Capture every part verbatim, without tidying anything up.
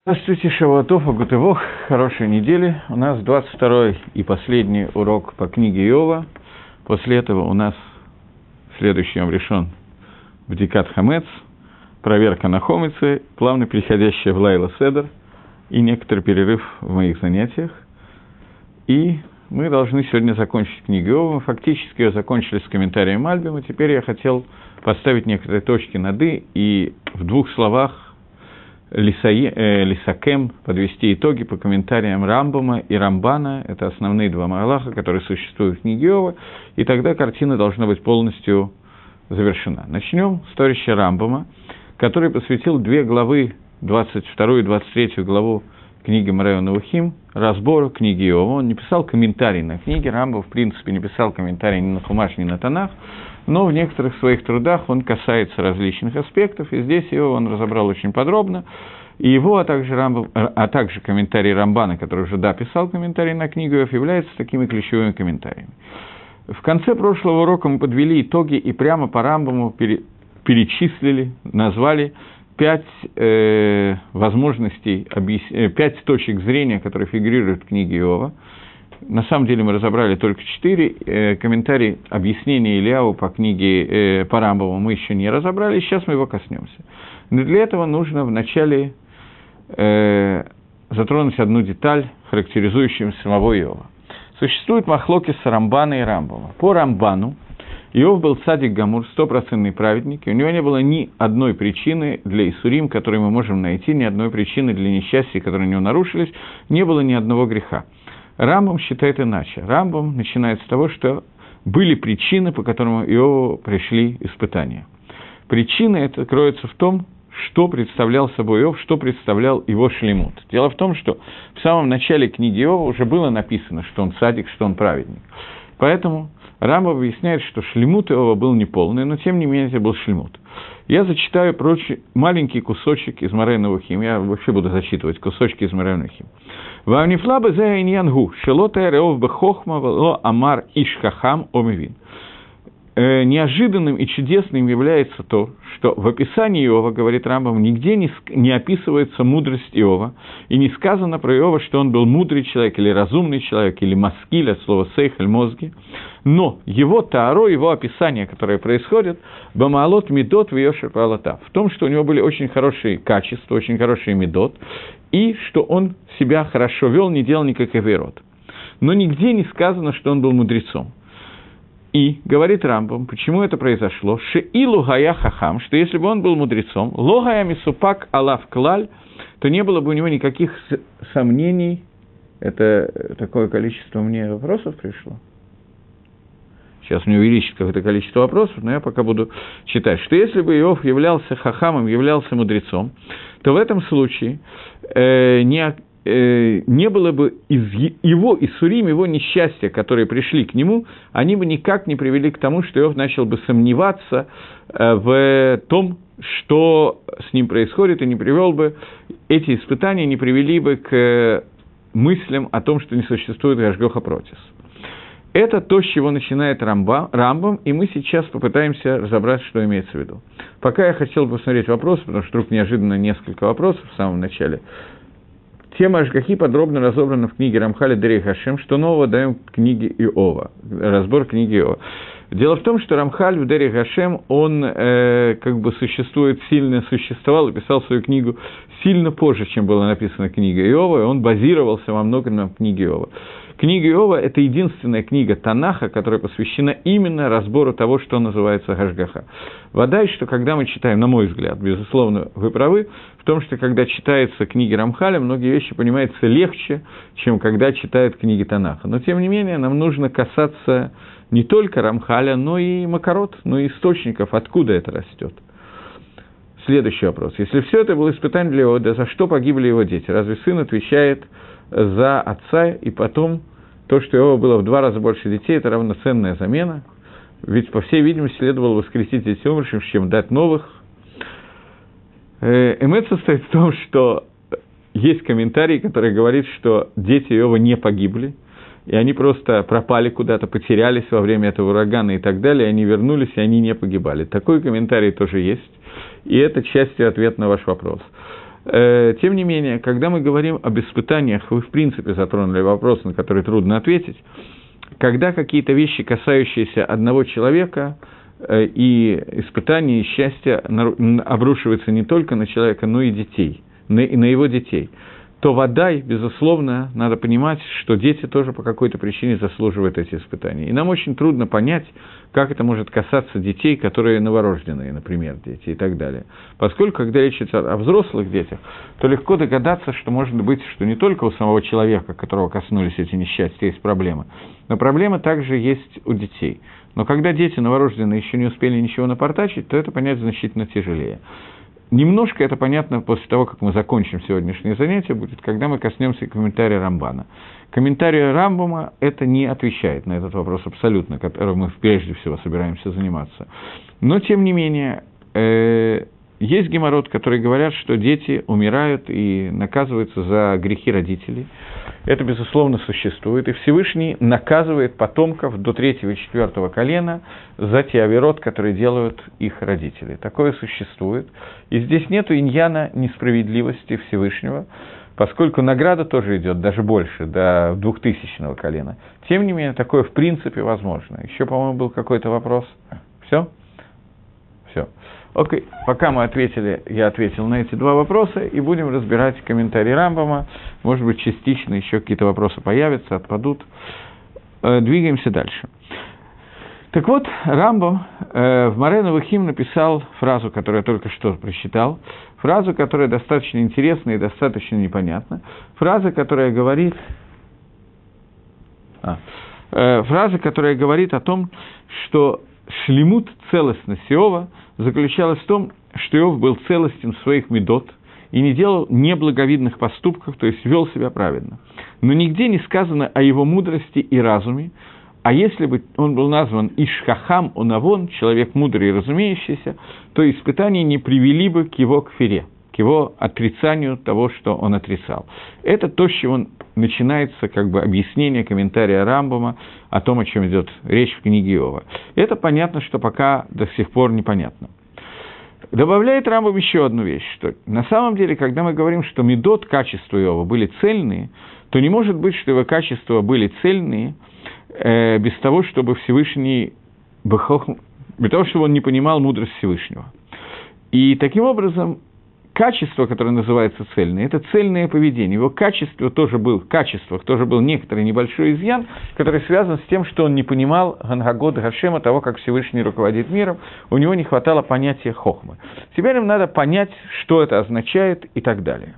Здравствуйте, Шавуатов, Агутывох, хорошей недели. У нас двадцать второй и последний урок по книге Иова. После этого у нас следующий он решен Бдикат Хамец, проверка на Хомице, плавно переходящая в Лайла Седер и некоторый перерыв в моих занятиях. И мы должны сегодня закончить книгу Иова. Мы фактически ее закончили с комментарием Альбима. Теперь я хотел поставить некоторые точки над «и» и в двух словах Лисае, э, Лисакем, подвести итоги по комментариям Рамбама и Рамбана. Это основные два Малаха, которые существуют в книге Иова, и тогда картина должна быть полностью завершена. Начнем с товарища Рамбама, который посвятил две главы, двадцать вторую и двадцать третью главу книги Морeh Невухим, разбору книги Иова. Он не писал комментарий на книги, Рамбам в принципе не писал комментарий ни на Хумаш, ни на Танах, но в некоторых своих трудах он касается различных аспектов, и здесь его он разобрал очень подробно, и его, а также, Рамбам, а также комментарий Рамбана, который уже, да, писал комментарий на книгу, являются такими ключевыми комментариями. В конце прошлого урока мы подвели итоги и прямо по Рамбаму пере, перечислили, назвали пять э, возможностей, объяс... пять точек зрения, которые фигурируют в книге Иова. На самом деле мы разобрали только четыре. Э, комментарий объяснения Ильяу по книге э, по Рамбаму мы еще не разобрали, сейчас мы его коснемся. Но для этого нужно вначале э, затронуть одну деталь, характеризующую самого Иова. Существует махлокис Рамбана и Рамбама. По Рамбану Иов был цадик гамур, стопроцентный праведник, и у него не было ни одной причины для Исурим, которые мы можем найти, ни одной причины для несчастья, которые у него нарушились, не было ни одного греха. Рамбам считает иначе. Рамбам начинает с того, что были причины, по которым Иову пришли испытания. Причина эта кроется в том, что представлял собой Иов, что представлял его шлемут. Дело в том, что в самом начале книги Иова уже было написано, что он цадик, что он праведник. Поэтому Рамбам объясняет, что шлемут Иова был неполный, но тем не менее это был шлемут. Я зачитаю прочь, маленький кусочек из Морeh Невухим. Я вообще буду зачитывать кусочки из Морeh Невухим. «Ваамнифла бэзэ иньянгу, шелота эреов бэхохма вэло амар иш хахам омивин». Неожиданным и чудесным является то, что в описании Иова, говорит Рамбам, нигде не, не описывается мудрость Иова, и не сказано про Иова, что он был мудрый человек, или разумный человек, или маскиль, от слова сейхаль, мозги, но его тааро, его описание, которое происходит, бамаалот мидот вьешер палата, в том, что у него были очень хорошие качества, очень хорошие мидот, и что он себя хорошо вел, не делал никаких верот. Но нигде не сказано, что он был мудрецом. И, говорит Рамбам, почему это произошло, «Шеилу гая хахам», что если бы он был мудрецом, «Ло гая мисупак алав клаль», то не было бы у него никаких сомнений. Это такое количество мне вопросов пришло. Сейчас мне увеличит какое-то количество вопросов, но я пока буду читать, что если бы Иов являлся хахамом, являлся мудрецом, то в этом случае э, не не было бы из его Исурим, его несчастья, которые пришли к нему, они бы никак не привели к тому, что Иов начал бы сомневаться в том, что с ним происходит, и не привел бы, эти испытания не привели бы к мыслям о том, что не существует Гашгоха Протис. Это то, с чего начинает Рамбам, Рамбам, и мы сейчас попытаемся разобрать, что имеется в виду. Пока я хотел бы посмотреть вопросы, потому что вдруг неожиданно несколько вопросов в самом начале. Тема Ашгахи подробно разобрана в книге Рамхаля Дерей Хашем, что нового даем в книге Иова, разбор книги Иова. Дело в том, что Рамхаль в Дерей Хашем, он э, как бы существует, сильно существовал и писал свою книгу сильно позже, чем была написана книга Иова, и он базировался во многом на книге Иова. Книга Иова – это единственная книга Танаха, которая посвящена именно разбору того, что называется Гашгаха. Вода, что когда мы читаем, на мой взгляд, безусловно, вы правы, в том, что когда читаются книги Рамхаля, многие вещи понимаются легче, чем когда читают книги Танаха. Но, тем не менее, нам нужно касаться не только Рамхаля, но и Макарот, но и источников, откуда это растет. Следующий вопрос. Если все это было испытание для Иова, за что погибли его дети? Разве сын отвечает за отца, и потом то, что у Иова было в два раза больше детей, это равноценная замена? Ведь, по всей видимости, следовало воскресить детей умершим, чем дать новых. Эмет состоит в том, что есть комментарий, который говорит, что дети Иова не погибли, и они просто пропали куда-то, потерялись во время этого урагана и так далее, и они вернулись, и они не погибали. Такой комментарий тоже есть, и это частью ответ на ваш вопрос. Э, тем не менее, когда мы говорим об испытаниях, вы в принципе затронули вопрос, на который трудно ответить, когда какие-то вещи, касающиеся одного человека, э, и испытания, и счастья обрушиваются не только на человека, но и детей, на, и на его детей, то водай, безусловно, надо понимать, что дети тоже по какой-то причине заслуживают эти испытания. И нам очень трудно понять, как это может касаться детей, которые новорожденные, например, дети и так далее. Поскольку, когда речь идет о взрослых детях, то легко догадаться, что может быть, что не только у самого человека, которого коснулись эти несчастья, есть проблемы, но проблемы также есть у детей. Но когда дети новорожденные еще не успели ничего напортачить, то это понять значительно тяжелее. Немножко это понятно после того, как мы закончим сегодняшнее занятие, будет, когда мы коснемся комментария Рамбана. Комментарий Рамбама это не отвечает на этот вопрос абсолютно, которым мы прежде всего собираемся заниматься. Но, тем не менее, э, есть геморрот, которые говорят, что дети умирают и наказываются за грехи родителей. Это, безусловно, существует. И Всевышний наказывает потомков до третьего и четвертого колена за те авирот, которые делают их родители. Такое существует. И здесь нет иньяна несправедливости Всевышнего, поскольку награда тоже идет даже больше, до двухтысячного колена. Тем не менее, такое в принципе возможно. Еще, по-моему, был какой-то вопрос. Все? Все. Окей, пока мы ответили, я ответил на эти два вопроса, и будем разбирать комментарий Рамбама. Может быть, частично еще какие-то вопросы появятся, отпадут. Э, двигаемся дальше. Так вот, Рамбам э, в Морэ Невухим написал фразу, которую я только что прочитал, фразу, которая достаточно интересна и достаточно непонятна, фраза, которая говорит, а, э, фраза, которая говорит о том, что шлемут, целостность Иова, заключалась в том, что Иов был целостен в своих медот и не делал неблаговидных поступков, то есть вел себя праведно. Но нигде не сказано о его мудрости и разуме, а если бы он был назван Ишхахам Онавон, человек мудрый и разумеющийся, то испытания не привели бы к его кфире, к его отрицанию того, что он отрицал. Это то, с чего начинается как бы объяснение комментария Рамбама о том, о чем идет речь в книге Иова. Это понятно, что пока до сих пор непонятно. Добавляет Рамбам еще одну вещь, что на самом деле, когда мы говорим, что медот, качества Иова были цельные, то не может быть, что его качества были цельные э, без того, чтобы Всевышний, без того, чтобы он не понимал мудрость Всевышнего. И таким образом, качество, которое называется цельное, это цельное поведение. Его качество тоже был, в качествах тоже был некоторый небольшой изъян, который связан с тем, что он не понимал Ганагод Гашема, того, как Всевышний руководит миром, у него не хватало понятия хохмы. Теперь им надо понять, что это означает и так далее.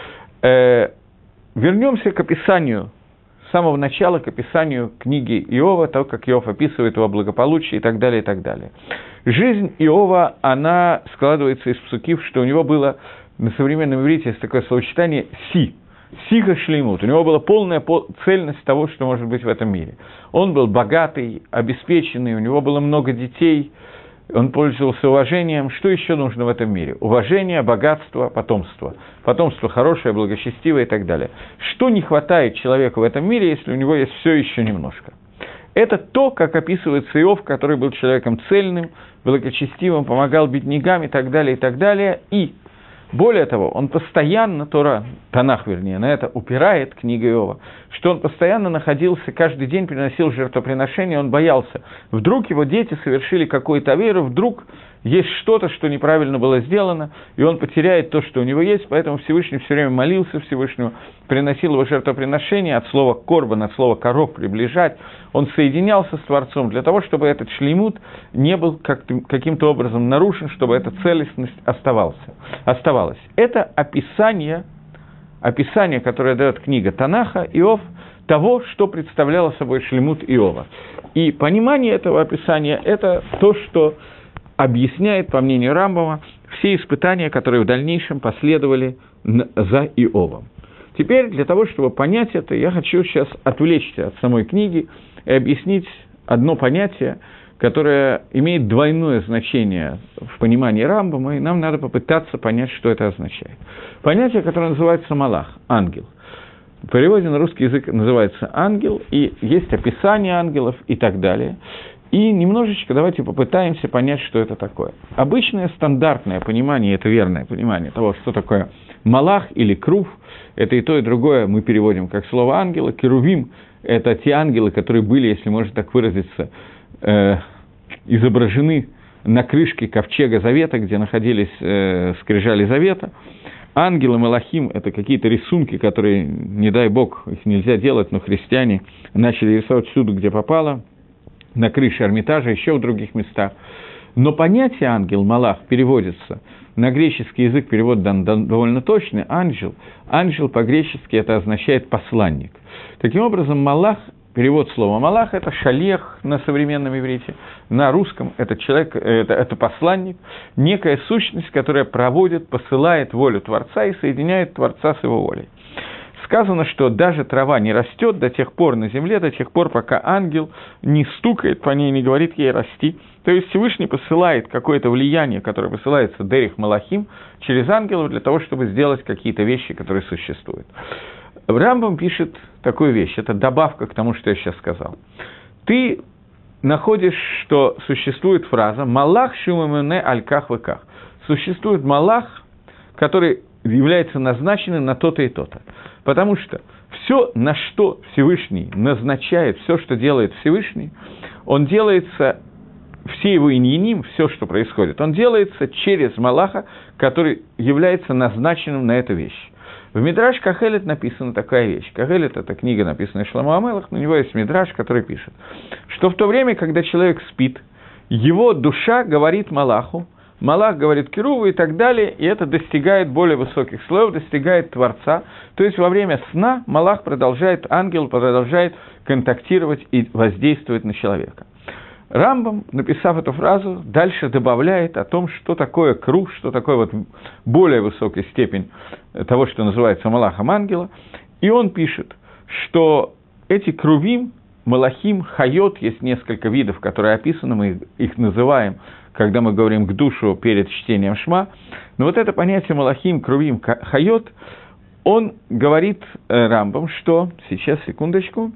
Э, вернемся к описанию, с самого начала к описанию книги Иова, того, как Иов описывает его благополучие и так далее, и так далее. Жизнь Иова, она складывается из псукив, что у него было, на современном иврите есть такое словосочетание «си», «сиха шлеймут», у него была полная цельность того, что может быть в этом мире. Он был богатый, обеспеченный, у него было много детей, он пользовался уважением. Что еще нужно в этом мире? Уважение, богатство, потомство. Потомство хорошее, благочестивое и так далее. Что не хватает человеку в этом мире, если у него есть все еще немножко? Это то, как описывается Иов, который был человеком цельным, благочестивым, помогал беднякам и так далее, и так далее. И, более того, он постоянно, Тора, Танах, вернее, на это упирает книга Иова, что он постоянно находился, каждый день приносил жертвоприношение, он боялся. Вдруг его дети совершили какой-то авейру, вдруг есть что-то, что неправильно было сделано, и он потеряет то, что у него есть, поэтому Всевышний все время молился Всевышнему, приносил его жертвоприношение, от слова «корбан», от слова «коров», «приближать», он соединялся с Творцом для того, чтобы этот шлеймут не был каким-то образом нарушен, чтобы эта целостность оставался, оставалась. Это описание, описание, которое дает книга Танаха, Иов, того, что представляло собой шлеймут Иова. И понимание этого описания – это то, что объясняет, по мнению Рамбама, все испытания, которые в дальнейшем последовали за Иовом. Теперь, для того, чтобы понять это, я хочу сейчас отвлечься от самой книги и объяснить одно понятие, которое имеет двойное значение в понимании Рамбама, и нам надо попытаться понять, что это означает. Понятие, которое называется «малах», «ангел». В переводе на русский язык называется «ангел», и есть описание ангелов и так далее. И немножечко давайте попытаемся понять, что это такое. Обычное стандартное понимание, это верное понимание того, что такое малах или крув, это и то, и другое мы переводим как слово ангела. Керувим – это те ангелы, которые были, если можно так выразиться, э, изображены на крышке ковчега Завета, где находились э, скрижали Завета. Ангелы, малахим – это какие-то рисунки, которые, не дай бог, их нельзя делать, но христиане начали рисовать всюду, где попало, на крыше Эрмитажа, еще в других местах. Но понятие ангел, малах, переводится, на греческий язык перевод дан, дан довольно точный, ангел. Ангел по-гречески это означает посланник. Таким образом, малах, перевод слова малах, это шалех на современном иврите, на русском это человек, это, это посланник, некая сущность, которая проводит, посылает волю Творца и соединяет Творца с его волей. Сказано, что даже трава не растет до тех пор на земле, до тех пор, пока ангел не стукает по ней, не говорит ей расти. То есть Всевышний посылает какое-то влияние, которое посылается Дерих Малахим, через ангелов для того, чтобы сделать какие-то вещи, которые существуют. Рамбам пишет такую вещь, это добавка к тому, что я сейчас сказал. Ты находишь, что существует фраза «Малах шумамене альках веках». Существует малах, который является назначенным на то-то и то-то. Потому что все, на что Всевышний назначает, все, что делает Всевышний, он делается, все его иньяним, все, что происходит, он делается через малаха, который является назначенным на эту вещь. В Мидраш Кахелет написана такая вещь. Кахелет – это книга, написанная Шломо ха-Мелех, но у него есть Мидраш, который пишет, что в то время, когда человек спит, его душа говорит малаху, малах говорит Керуву и так далее, и это достигает более высоких слоев, достигает Творца. То есть во время сна малах продолжает, ангел продолжает контактировать и воздействовать на человека. Рамбам, написав эту фразу, дальше добавляет о том, что такое крув, что такое вот более высокая степень того, что называется малахом ангела. И он пишет, что эти крувим, малахим, хайот, есть несколько видов, которые описаны, мы их называем, когда мы говорим к душу перед чтением Шма. Но вот это понятие малахим, крувим, хайот, он говорит э, Рамбам, что, сейчас, секундочку,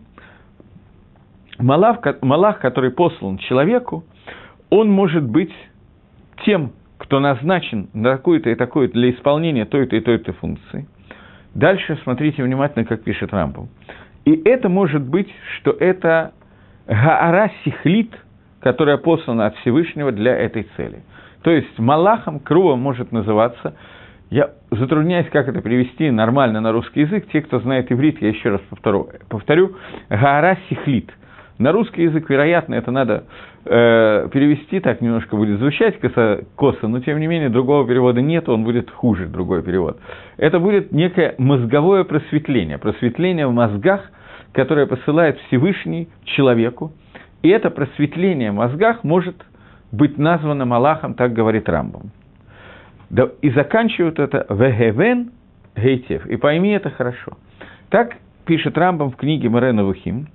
Малах, малах, который послан человеку, он может быть тем, кто назначен на такую-то и такую для исполнения той-то и той-то функции. Дальше смотрите внимательно, как пишет Рамбам. И это может быть, что это гаара сихлит, которая послана от Всевышнего для этой цели. То есть малахом крува может называться, я затрудняюсь, как это перевести нормально на русский язык, те, кто знает иврит, я еще раз повторю, повторю гаара сихлит. На русский язык, вероятно, это надо э, перевести, так немножко будет звучать косо, косо, но тем не менее другого перевода нет, он будет хуже, другой перевод. Это будет некое мозговое просветление, просветление в мозгах, которое посылает Всевышний человеку, и это просветление в мозгах может быть названо малахом, так говорит Рамбам. Да, и заканчивают это «вегевен гейтев», и пойми это хорошо. Так пишет Рамбам в книге Морено Вухим,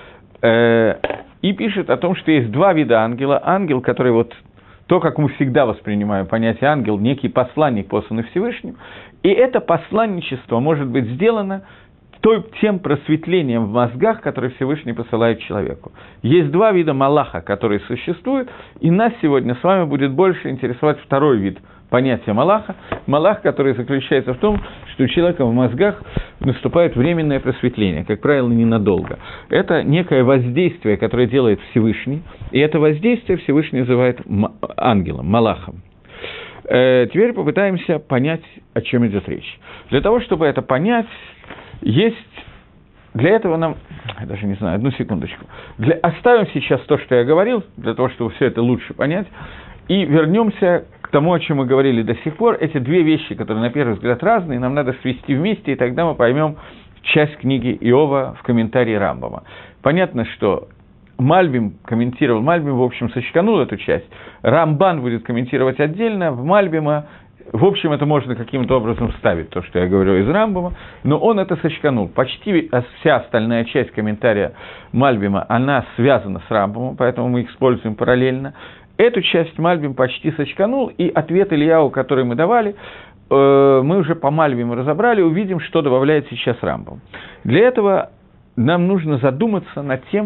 и пишет о том, что есть два вида ангела. Ангел, который вот то, как мы всегда воспринимаем понятие ангел, некий посланник, посланный Всевышним, и это посланничество может быть сделано той, тем просветлением в мозгах, которое Всевышний посылает человеку. Есть два вида малаха, которые существуют, и нас сегодня с вами будет больше интересовать второй вид понятия малаха. Малах, который заключается в том, что у человека в мозгах наступает временное просветление, как правило, ненадолго. Это некое воздействие, которое делает Всевышний, и это воздействие Всевышний называет ангелом, малахом. Э, теперь попытаемся понять, о чем идет речь. Для того, чтобы это понять, есть... Для этого нам... Я даже не знаю, одну секундочку. Для, оставим сейчас то, что я говорил, для того, чтобы все это лучше понять, и вернемся к тому, о чем мы говорили до сих пор. Эти две вещи, которые на первый взгляд разные, нам надо свести вместе, и тогда мы поймем часть книги Иова в комментарии Рамбама. Понятно, что Мальбим комментировал, Мальбим, в общем, сочканул эту часть, Рамбан будет комментировать отдельно, в Мальбима, в общем, это можно каким-то образом вставить, то, что я говорю из Рамбама, но он это сочканул. Почти вся остальная часть комментария Мальбима, она связана с Рамбамом, поэтому мы их используем параллельно. Эту часть Мальбим почти сочканул, и ответ Ильяу, который мы давали, э, мы уже по Мальбиму разобрали, увидим, что добавляет сейчас Рамбам. Для этого нам нужно задуматься над тем,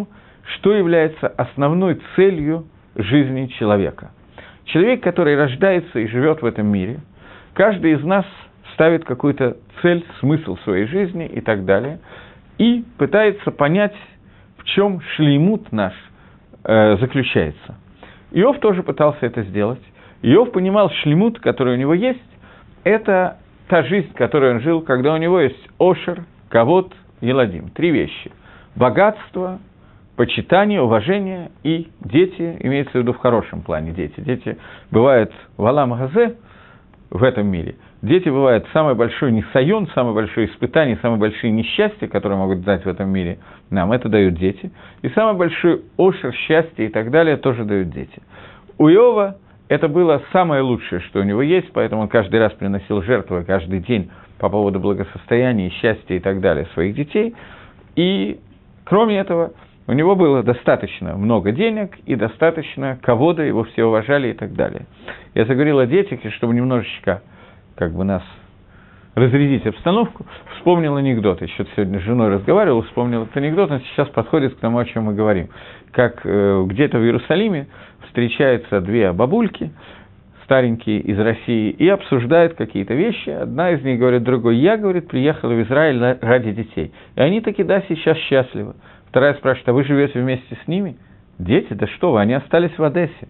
что является основной целью жизни человека. Человек, который рождается и живет в этом мире, каждый из нас ставит какую-то цель, смысл своей жизни и так далее, и пытается понять, в чем шлеймут наш э, заключается. Иов тоже пытался это сделать. Иов понимал, шлеймут, который у него есть, это та жизнь, которой он жил, когда у него есть ошер, кавод, еладим. Три вещи. Богатство, почитание, уважение и дети, имеется в виду в хорошем плане дети. Дети бывают в Алам Газе, в этом мире. Дети бывают самый большой несайон, самое большое испытание, самые большие несчастья, которые могут дать в этом мире нам, это дают дети. И самый большой ошер, счастье и так далее тоже дают дети. У Иова это было самое лучшее, что у него есть, поэтому он каждый раз приносил жертвы, каждый день по поводу благосостояния, счастья и так далее своих детей. И кроме этого, у него было достаточно много денег и достаточно ковода, его все уважали и так далее. Я заговорил о детях, и чтобы немножечко как бы нас разрядить обстановку, вспомнил анекдот. Еще сегодня с женой разговаривал, вспомнил этот анекдот, он сейчас подходит к тому, о чем мы говорим. Как э, где-то в Иерусалиме встречаются две бабульки, старенькие из России, и обсуждают какие-то вещи. Одна из них говорит другой: я, говорит, приехала в Израиль ради детей. И они таки, да, сейчас счастливы. Вторая спрашивает: а вы живете вместе с ними? Дети? Да что вы, они остались в Одессе.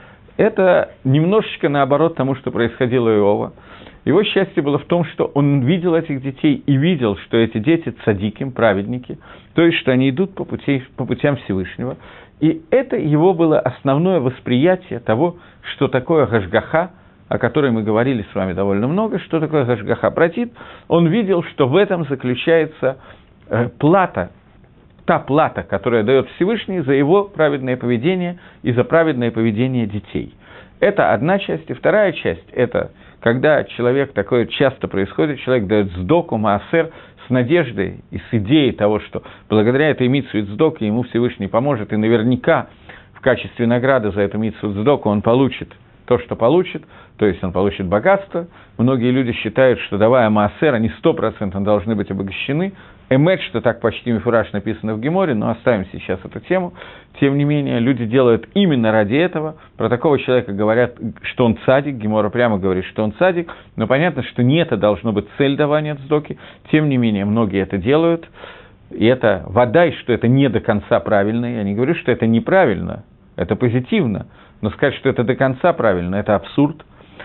Это немножечко наоборот тому, что происходило у Иова. Его счастье было в том, что он видел этих детей и видел, что эти дети цадиким, праведники, то есть, что они идут по, пути, по путям Всевышнего. И это его было основное восприятие того, что такое гашгаха, о которой мы говорили с вами довольно много, что такое гашгаха пратит. Он видел, что в этом заключается э, плата, та плата, которая дает Всевышний за его праведное поведение и за праведное поведение детей. Это одна часть. И вторая часть – это когда человек, такое часто происходит, человек дает сдоку, маасер, с надеждой и с идеей того, что благодаря этой митцве и сдоке ему Всевышний поможет, и наверняка в качестве награды за эту митцву и сдоку он получит то, что получит, то есть он получит богатство. Многие люди считают, что давая маасер, они сто процентов должны быть обогащены. Эмет, что так почти мифураж написано в Геморе, но оставим сейчас эту тему. Тем не менее, люди делают именно ради этого. Про такого человека говорят, что он цадик. Гемора прямо говорит, что он цадик. Но понятно, что не это должно быть цель давания цдоки. Тем не менее, многие это делают. И это вода, что это не до конца правильно. Я не говорю, что это неправильно. Это позитивно. Но сказать, что это до конца правильно, это абсурд.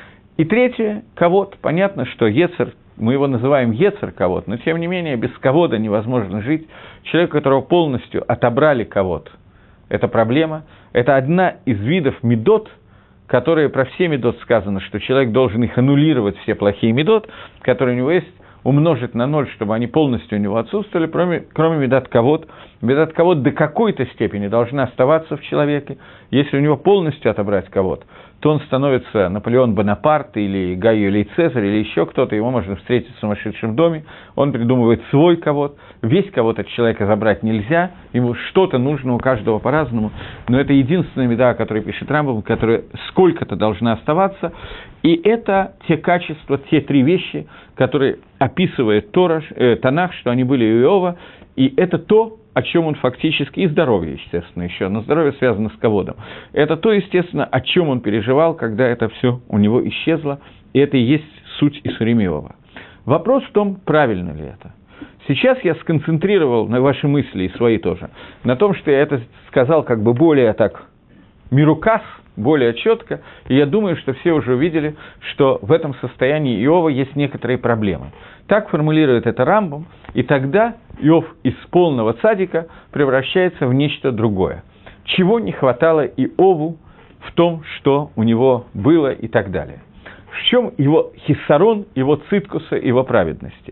И третье, ковод. Понятно, что ецер, мы его называем ецер ковод, но тем не менее без ковода невозможно жить. Человек, которого полностью отобрали ковод, это проблема. Это одна из видов медот, которые про все медот сказано, что человек должен их аннулировать, все плохие медот, которые у него есть, умножить на ноль, чтобы они полностью у него отсутствовали, кроме, кроме медат ковод. Медат ковод до какой-то степени должна оставаться в человеке. Если у него полностью отобрать ковод, то он становится Наполеон Бонапарт или Гай Юлий Цезарь или еще кто-то, его можно встретить в сумасшедшем доме, он придумывает свой ковод. Весь ковод от человека забрать нельзя, ему что-то нужно у каждого по-разному, но это единственная меда, о которой пишет Рамбам, которая сколько-то должна оставаться, и это те качества, те три вещи, которые описывает Тора, э, Танах, что они были у Иова, и это то, о чем он фактически, и здоровье, естественно, еще, но здоровье связано с ководом. Это то, естественно, о чем он переживал, когда это все у него исчезло, и это и есть суть Исурим Иова. Вопрос в том, правильно ли это. Сейчас я сконцентрировал на ваши мысли и свои тоже, на том, что я это сказал как бы более так мирукас, более четко, и я думаю, что все уже увидели, что в этом состоянии Иова есть некоторые проблемы. Так формулирует это Рамбам, и тогда Иов из полного цадика превращается в нечто другое. Чего не хватало Иову в том, что у него было и так далее. В чем его хиссарон, его циткуса, его праведности.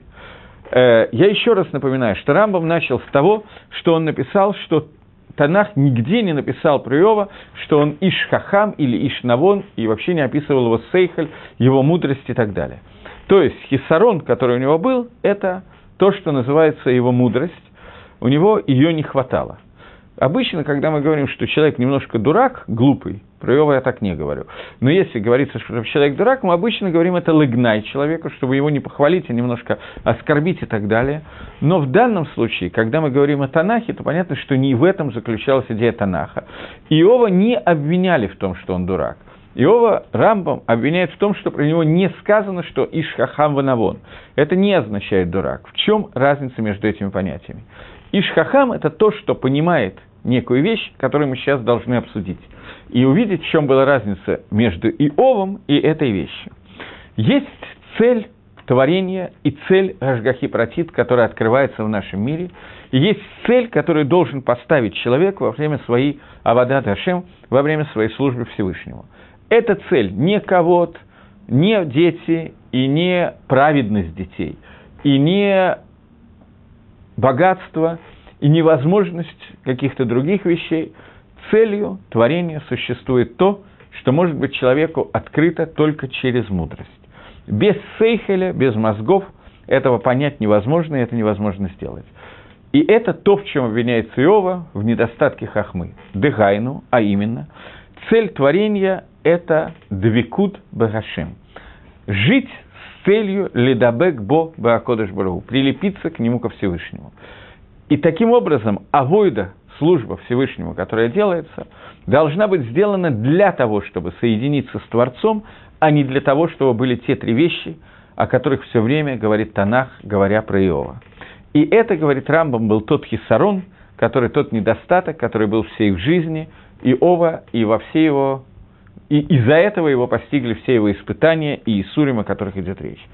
Я еще раз напоминаю, что Рамбам начал с того, что он написал, что Танах нигде не написал про Иова, что он Иш-Хахам или Иш-Навон, и вообще не описывал его Сейхаль, его мудрость и так далее. То есть хиссарон, который у него был, это то, что называется его мудрость, у него ее не хватало. Обычно, когда мы говорим, что человек немножко дурак, глупый, про Иова я так не говорю, но если говорится, что человек дурак, мы обычно говорим это лыгнай человеку, чтобы его не похвалить, а немножко оскорбить и так далее. Но в данном случае, когда мы говорим о Танахе, то понятно, что не в этом заключалась идея Танаха. Иова не обвиняли в том, что он дурак. Иова Рамбам обвиняет в том, что про него не сказано, что «иш хахам ванавон». Это не означает «дурак». В чем разница между этими понятиями? «Иш хахам» – это то, что понимает некую вещь, которую мы сейчас должны обсудить, и увидеть, в чем была разница между Иовом и этой вещью. Есть цель творения и цель Гашгахи Пратит, которая открывается в нашем мире, и есть цель, которую должен поставить человек во время своей авадат Ашем, во время своей службы Всевышнему. Эта цель не кого-то, не дети, и не праведность детей, и не богатство, и невозможность каких-то других вещей. Целью творения существует то, что может быть человеку открыто только через мудрость. Без сейхеля, без мозгов этого понять невозможно, и это невозможно сделать. И это то, в чем обвиняется Иова, в недостатке хахмы. Дегайну, а именно, цель творения – это двикут бахашем. Жить с целью ледабек бо баакодыш бару, прилепиться к нему, ко Всевышнему. И таким образом авойда, служба Всевышнему, которая делается, должна быть сделана для того, чтобы соединиться с Творцом, а не для того, чтобы были те три вещи, о которых все время говорит Танах, говоря про Иова. И это, говорит Рамбам, был тот хисарон, который тот недостаток, который был всей в жизни Иова, и во всей его... И из-за этого его постигли все его испытания и Исурим, о которых идет речь.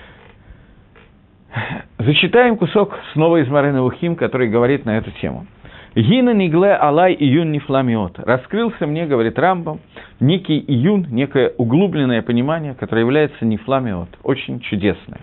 Зачитаем кусок снова из Морeh Nevuchim, который говорит на эту тему. «Гина нигле алай июн нифламиот». Раскрылся мне, говорит Рамбам, некий июн, некое углубленное понимание, которое является нифламиот, очень чудесное.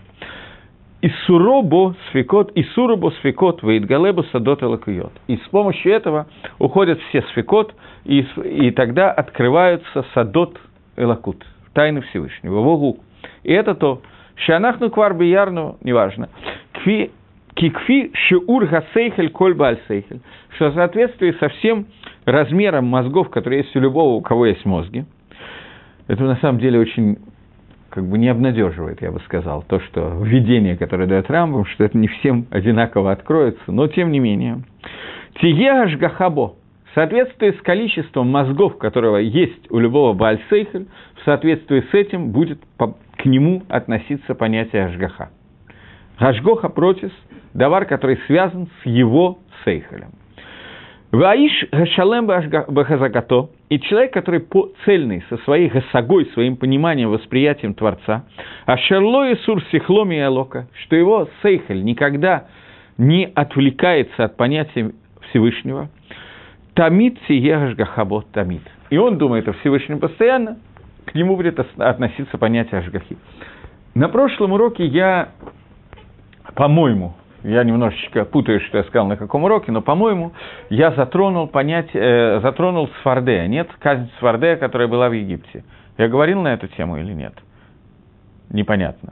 «Исуробо сфикот, исуробо сфикот, веидгалебо садот элакуйот». И с помощью этого уходят все сфикот, и, и тогда открываются садот элакут, тайны Всевышнего, вогу. И это то, шанахну квар биярну, неважно, кви, кикфи шиур гасейхель коль бальсейхель, что в соответствии со всем размером мозгов, которые есть у любого, у кого есть мозги. Это на самом деле очень... как бы не обнадеживает, я бы сказал, то, что введение, которое дает Рамбам, что это не всем одинаково откроется, но тем не менее. Тиегаш гахабо, в соответствии с количеством мозгов, которого есть у любого Бааль-Сейхель, в соответствии с этим будет к нему относиться понятие Ашгаха. Ашгоха протис, давар, который связан с его Сейхелем. Ваиш гашалем бахазагато, и человек, который цельный со своей гасагой, своим пониманием, восприятием Творца, а шерло и сур сихломи и алока, что его сейхель никогда не отвлекается от понятия Всевышнего, тамид сиегаш гахабо тамид. И он думает о Всевышнем постоянно, к нему будет относиться понятие Ашгахи. На прошлом уроке я, по-моему, я немножечко путаю, что я сказал на каком уроке, но, по-моему, я затронул понятие, э, затронул Сфардея. Нет, казнь Сфардея, которая была в Египте. Я говорил на эту тему или нет? Непонятно.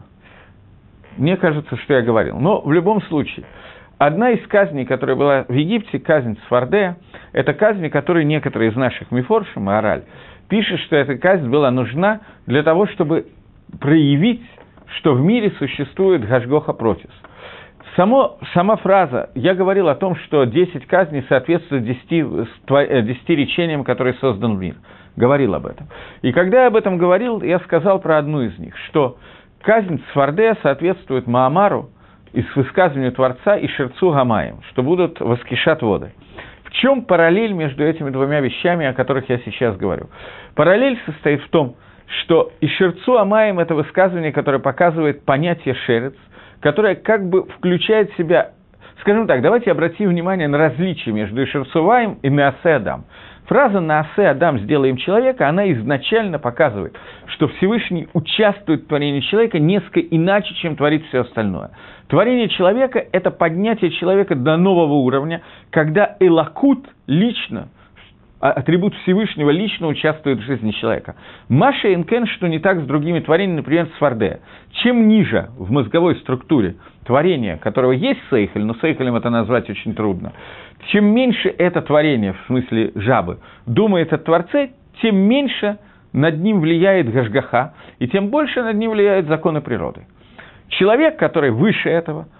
Мне кажется, что я говорил. Но в любом случае, одна из казней, которая была в Египте, казнь Сфардея, это казнь, которую некоторые из наших мифоршим, Маораль, пишут, что эта казнь была нужна для того, чтобы проявить, что в мире существует Гашгоха Протис. Само, сама фраза, я говорил о том, что десять казней соответствуют десяти, десяти речениям, которые создан мир. Говорил об этом. И когда я об этом говорил, я сказал про одну из них, что казнь Сфардея соответствует Маамару, из высказывания Творца, и Шерцу Гамаем, что будут воскрешать воды. В чем параллель между этими двумя вещами, о которых я сейчас говорю? Параллель состоит в том, что и Шерцу Гамаем – это высказывание, которое показывает понятие шерец, которая как бы включает в себя, скажем так, давайте обратим внимание на различие между Ишерцуваем и Наасе Адам. Фраза «Наасе Адам, сделаем человека», она изначально показывает, что Всевышний участвует в творении человека несколько иначе, чем творит все остальное. Творение человека – это поднятие человека до нового уровня, когда Элокут лично, атрибут Всевышнего лично участвует в жизни человека. Маша и Энкен, что не так с другими творениями, например, Сфардея. Чем ниже в мозговой структуре творения, которого есть сейхель, но сейхелем это назвать очень трудно, чем меньше это творение, в смысле жабы, думает о Творце, тем меньше над ним влияет Гашгаха, и тем больше над ним влияют законы природы. Человек, который выше этого,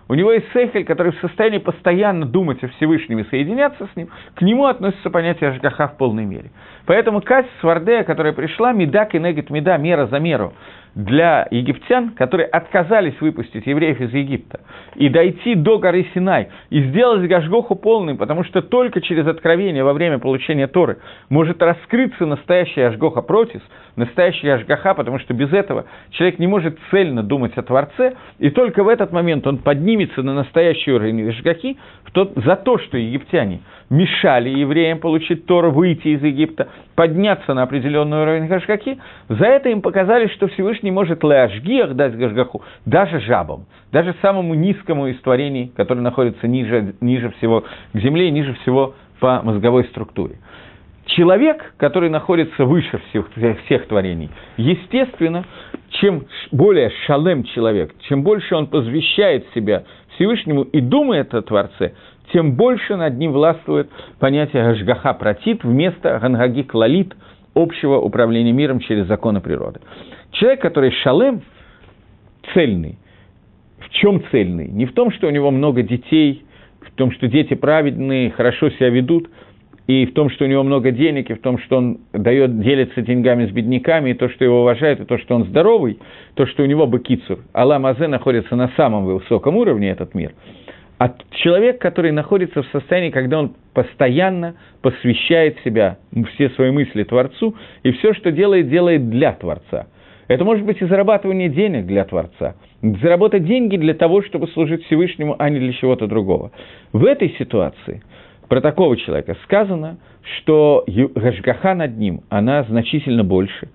у него есть сехель, который в состоянии постоянно думать о Всевышнем и соединяться с ним, к нему относится понятие ашгаха в полной мере. Поэтому Кась Свардея, которая пришла, меда кенегет меда, мера за меру, для египтян, которые отказались выпустить евреев из Египта, и дойти до горы Синай, и сделать Гашгоху полным, потому что только через откровение во время получения Торы может раскрыться настоящий Ашгоха протис, настоящий Ашгаха, потому что без этого человек не может цельно думать о Творце, и только в этот момент он поднимется на настоящий уровень Ашгахи за то, что египтяне мешали евреям получить Тору, выйти из Египта, подняться на определенный уровень Ашгахи. За это им показали, что Всевышний может леашгиах дать Ашгаху даже жабам, даже самому низкому из творений, который находится ниже, ниже всего к земле и ниже всего по мозговой структуре. Человек, который находится выше всех, всех творений, естественно, чем более шалем человек, чем больше он посвящает себя Всевышнему и думает о Творце, тем больше над ним властвует понятие Ашгаха Пратит вместо Гангаги Клалит, общего управления миром через законы природы. Человек, который шалем, цельный, в чем цельный? Не в том, что у него много детей, в том, что дети праведные, хорошо себя ведут, и в том, что у него много денег, и в том, что он дает, делится деньгами с бедняками, и то, что его уважают, и то, что он здоровый, то, что у него бакицур, Алла Мазе находится на самом высоком уровне, этот мир. А человек, который находится в состоянии, когда он постоянно посвящает себя, все свои мысли Творцу, и все, что делает, делает для Творца. Это может быть и зарабатывание денег для Творца. Заработать деньги для того, чтобы служить Всевышнему, а не для чего-то другого. В этой ситуации про такого человека сказано, что Ашгаха над ним, она значительно больше.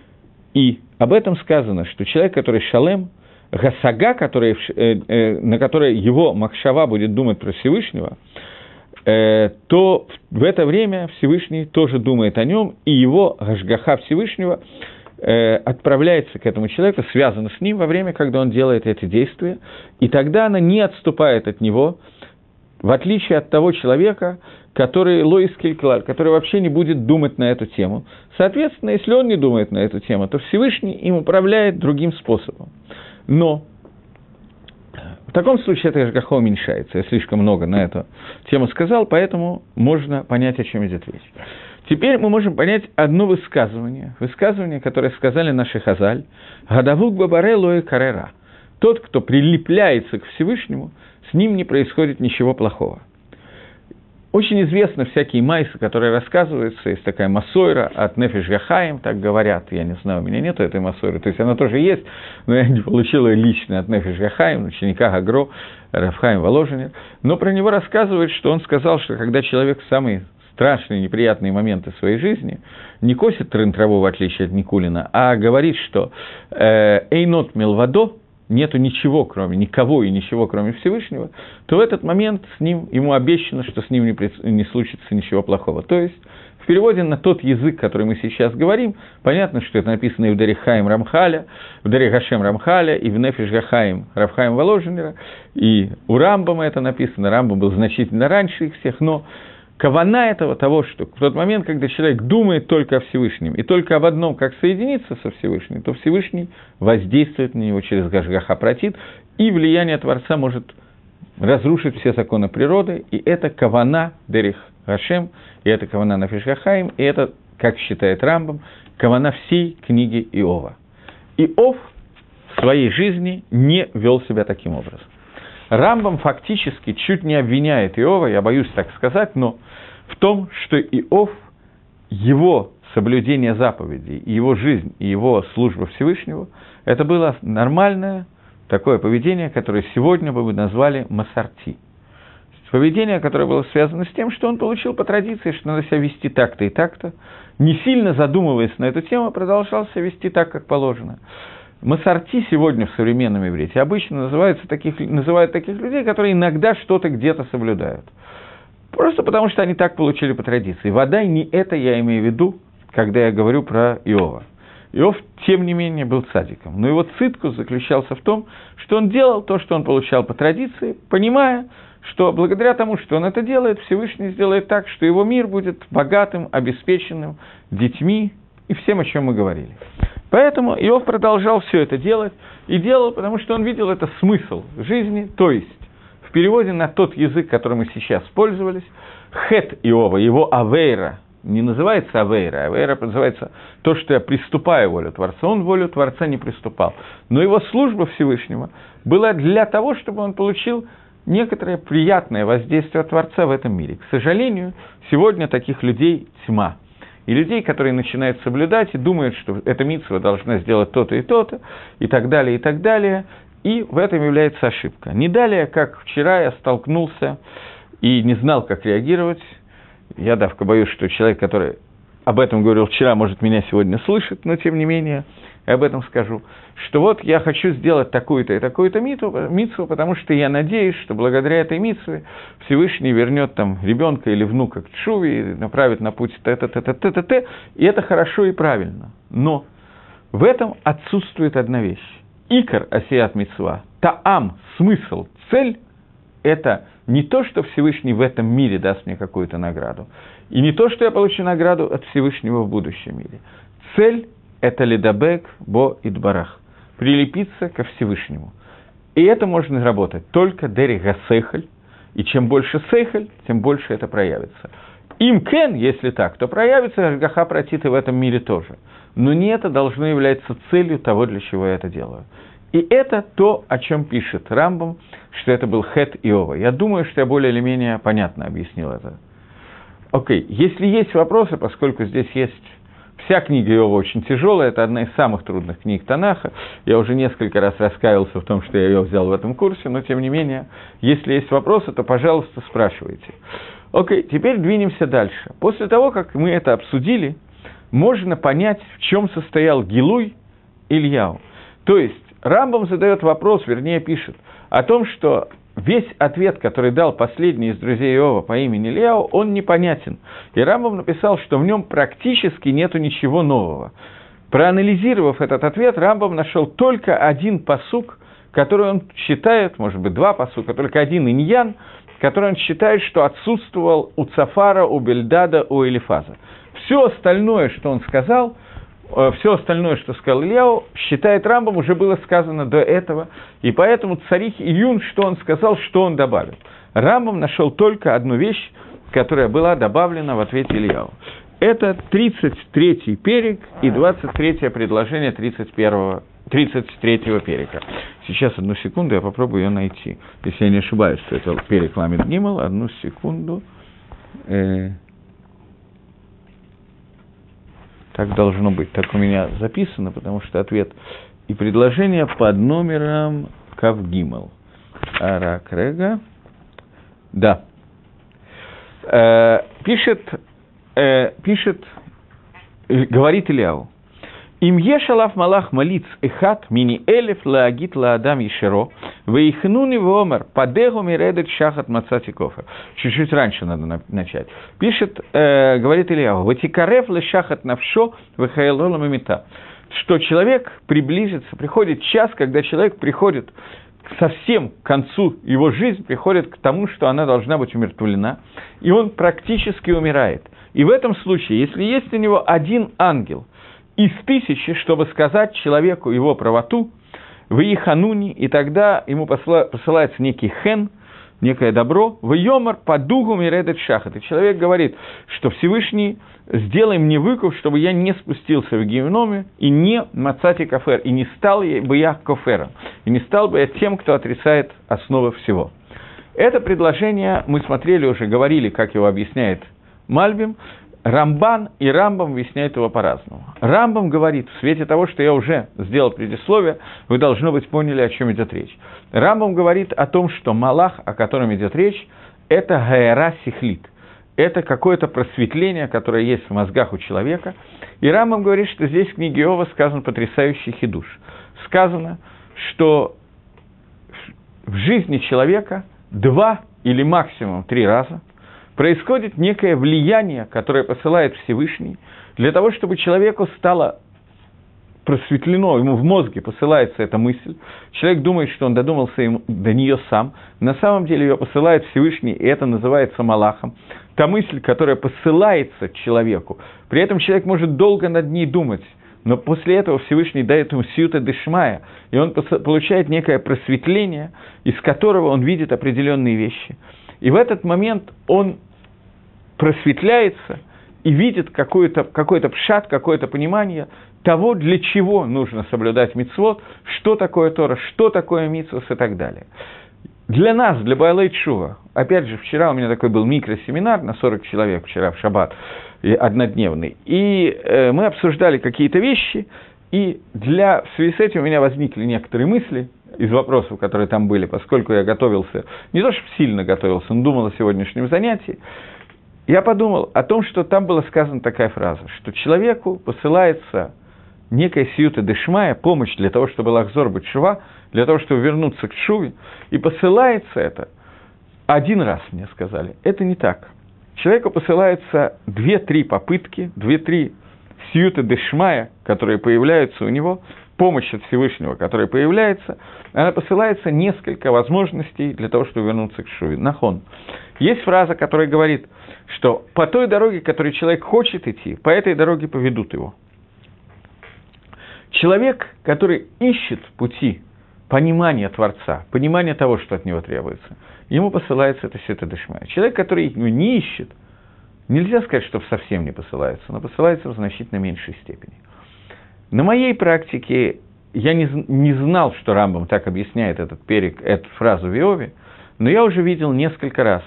И об этом сказано, что человек, который шалем, Гасага, который, э, э, на которой его Махшава будет думать про Всевышнего, э, то в это время Всевышний тоже думает о нем, и его Ашгаха Всевышнего э, отправляется к этому человеку, связана с ним во время, когда он делает эти действия, и тогда она не отступает от него, в отличие от того человека, который Лоис Кильклаль, который вообще не будет думать на эту тему. Соответственно, если он не думает на эту тему, то Всевышний им управляет другим способом. Но в таком случае это Ашгаха уменьшается. Я слишком много на эту тему сказал, поэтому можно понять, о чем идет речь. Теперь мы можем понять одно высказывание. Высказывание, которое сказали наши Хазаль. «Гадавук бабаре лоэ карера». Тот, кто прилепляется к Всевышнему, с ним не происходит ничего плохого. Очень известны всякие майсы, которые рассказываются, есть такая масойра от Нефеш Гахаим, так говорят, я не знаю, у меня нету этой масойры, то есть она тоже есть, но я не получил ее лично от Нефеш Гахаим, ученика Гагро, Рав Хаим Воложенер, но про него рассказывают, что он сказал, что когда человек в самые страшные, неприятные моменты своей жизни не косит трын траву, в отличие от Никулина, а говорит, что «эйнот милвадо», нету ничего, кроме никого и ничего, кроме Всевышнего, то в этот момент с ним, ему обещано, что с ним не, при, не случится ничего плохого. То есть, в переводе на тот язык, который мы сейчас говорим, понятно, что это написано и в Даре Хаим Рамхаля, в Даре Гашем Рамхаля, и в Нефеш Гахаим Рав Хаим Воложенера, и у Рамбама это написано, Рамбам был значительно раньше их всех, но кавана этого того, что в тот момент, когда человек думает только о Всевышнем и только об одном, как соединиться со Всевышним, то Всевышний воздействует на него через Гашгаха Пратит, и влияние Творца может разрушить все законы природы, и это кавана Дерих Гашем, и это кавана Нефеш Гахаим, и это, как считает Рамбам, кавана всей книги Иова. Иов в своей жизни не вел себя таким образом. Рамбам фактически чуть не обвиняет Иова, я боюсь так сказать, но в том, что Иов, его соблюдение заповедей, и его жизнь, и его служба Всевышнего, это было нормальное такое поведение, которое сегодня бы мы назвали масарти. Поведение, которое было связано с тем, что он получил по традиции, что надо себя вести так-то и так-то, не сильно задумываясь на эту тему, продолжал себя вести так, как положено. Масарти сегодня в современном иврите обычно называются таких, называют таких людей, которые иногда что-то где-то соблюдают. Просто потому, что они так получили по традиции. Вода не это я имею в виду, когда я говорю про Иова. Иов, тем не менее, был цадиком. Но его циткус заключался в том, что он делал то, что он получал по традиции, понимая, что благодаря тому, что он это делает, Всевышний сделает так, что его мир будет богатым, обеспеченным, детьми и всем, о чем мы говорили. Поэтому Иов продолжал все это делать, и делал, потому что он видел это смысл жизни, то есть переводе на тот язык, который мы сейчас пользовались, хет Иова, его авейра, не называется авейра, авейра называется то, что я приступаю волю Творца. Он волю Творца не приступал. Но его служба Всевышнего была для того, чтобы он получил некоторое приятное воздействие от Творца в этом мире. К сожалению, сегодня таких людей тьма. И людей, которые начинают соблюдать и думают, что эта мицва должна сделать то-то и то-то, и так далее, и так далее. И в этом является ошибка. Не далее, как вчера я столкнулся и не знал, как реагировать. Я давка боюсь, что человек, который об этом говорил вчера, может, меня сегодня слышит, но тем не менее, я об этом скажу, что вот я хочу сделать такую-то и такую-то мицву, потому что я надеюсь, что благодаря этой мицве Всевышний вернет там ребенка или внука к тшуве и направит на путь т-т-т-т-т-т, и это хорошо и правильно. Но в этом отсутствует одна вещь. Икар асият мицва, таам, смысл, цель – это не то, что Всевышний в этом мире даст мне какую-то награду, и не то, что я получу награду от Всевышнего в будущем мире. Цель – это ледабек бо идбарах, прилепиться ко Всевышнему. И это можно работать только дери гасехаль, и чем больше сехаль, тем больше это проявится. Им кен, если так, то проявится гаха протиты в этом мире тоже. Но не это должно являться целью того, для чего я это делаю. И это то, о чем пишет Рамбам, что это был хет Иова. Я думаю, что я более или менее понятно объяснил это. Окей, если есть вопросы, поскольку здесь есть... Вся книга Иова очень тяжелая, это одна из самых трудных книг Танаха. Я уже несколько раз раскаивался в том, что я ее взял в этом курсе, но тем не менее, если есть вопросы, то, пожалуйста, спрашивайте. Окей, теперь двинемся дальше. После того, как мы это обсудили, можно понять, в чем состоял Гилуй Ильяу. То есть, Рамбам задает вопрос, вернее, пишет, о том, что весь ответ, который дал последний из друзей Иова по имени Ильяу, он непонятен. И Рамбам написал, что в нем практически нету ничего нового. Проанализировав этот ответ, Рамбам нашел только один пасук, который он считает, может быть, два пасука, только один иньян, который он считает, что отсутствовал у Цафара, у Бельдада, у Элифаза. Все остальное, что он сказал, все остальное, что сказал Ильяу, считает Рамбам, уже было сказано до этого, и поэтому царих Июн, что он сказал, что он добавил. Рамбам нашел только одну вещь, которая была добавлена в ответе Ильяу. Это тридцать третий перек и двадцать третье предложение тридцать первого, тридцать третьего перека. Сейчас, одну секунду, я попробую ее найти. Если я не ошибаюсь, что это перек Ламед Гимел, одну секунду. Э- Так должно быть, так у меня записано, потому что ответ и предложение под номером Кавгимал. Аракрега. Да. Э, пишет, э, пишет, говорит Ильяу. Им ешалав малах малиц эхат мини элев лагит ладам ешеро вейхнуни вомер падегу миредет шахат мацати кофер. Чуть-чуть раньше надо начать. Пишет, э, говорит Ильяу, ватикарев ле шахат навшо вехаэлола мамита, что человек приблизится, приходит час, когда человек приходит совсем к концу его жизни, приходит к тому, что она должна быть умертвлена, и он практически умирает. И в этом случае, если есть у него один ангел из тысячи, чтобы сказать человеку его правоту, в Ихануни, и тогда ему посылается некий хен, некое добро, в Йомар по дугу миредет шахат. И человек говорит, что Всевышний, сделай мне выкуп, чтобы я не спустился в геноме и не мацати кофер, и не стал бы я кофером, и не стал бы я тем, кто отрицает основы всего. Это предложение мы смотрели уже, говорили, как его объясняет Мальбим. Рамбан и Рамбам объясняют его по-разному. Рамбам говорит, в свете того, что я уже сделал предисловие, вы, должно быть, поняли, о чем идет речь. Рамбам говорит о том, что Малах, о котором идет речь, это гаэра сихлит. Это какое-то просветление, которое есть в мозгах у человека. И Рамбам говорит, что здесь в книге Иова сказан потрясающий хидуш. Сказано, что в жизни человека два или максимум три раза происходит некое влияние, которое посылает Всевышний, для того, чтобы человеку стало просветлено, ему в мозге посылается эта мысль, человек думает, что он додумался ему, до нее сам, на самом деле ее посылает Всевышний, и это называется Малахом, та мысль, которая посылается человеку, при этом человек может долго над ней думать, но после этого Всевышний дает ему сиюта дешмая, и он получает некое просветление, из которого он видит определенные вещи. И в этот момент он просветляется и видит какой-то, какой-то пшат, какое-то понимание того, для чего нужно соблюдать мицвот, что такое Тора, что такое мицвос и так далее. Для нас, для Баалей Тшува, опять же, вчера у меня такой был микросеминар на сорок человек, вчера в шаббат, однодневный, и э, мы обсуждали какие-то вещи, и для, в связи с этим у меня возникли некоторые мысли из вопросов, которые там были, поскольку я готовился, не то чтобы сильно готовился, но думал о сегодняшнем занятии. Я подумал о том, что там была сказана такая фраза, что человеку посылается некая сиюта дешмая, помощь для того, чтобы лахзор быть шува, для того, чтобы вернуться к шуве, и посылается это один раз, мне сказали. Это не так. Человеку посылается две-три попытки, две-три сиюта дешмая, которые появляются у него, помощь от Всевышнего, которая появляется, она посылается несколько возможностей для того, чтобы вернуться к шуве. Нахон. Есть фраза, которая говорит, что по той дороге, которой человек хочет идти, по этой дороге поведут его. Человек, который ищет пути понимания Творца, понимания того, что от него требуется, ему посылается это сиюта дешмая. Человек, который его не ищет, нельзя сказать, что совсем не посылается, но посылается в значительно меньшей степени. На моей практике я не, не знал, что Рамбам так объясняет этот перек, эту фразу в Иове, но я уже видел несколько раз.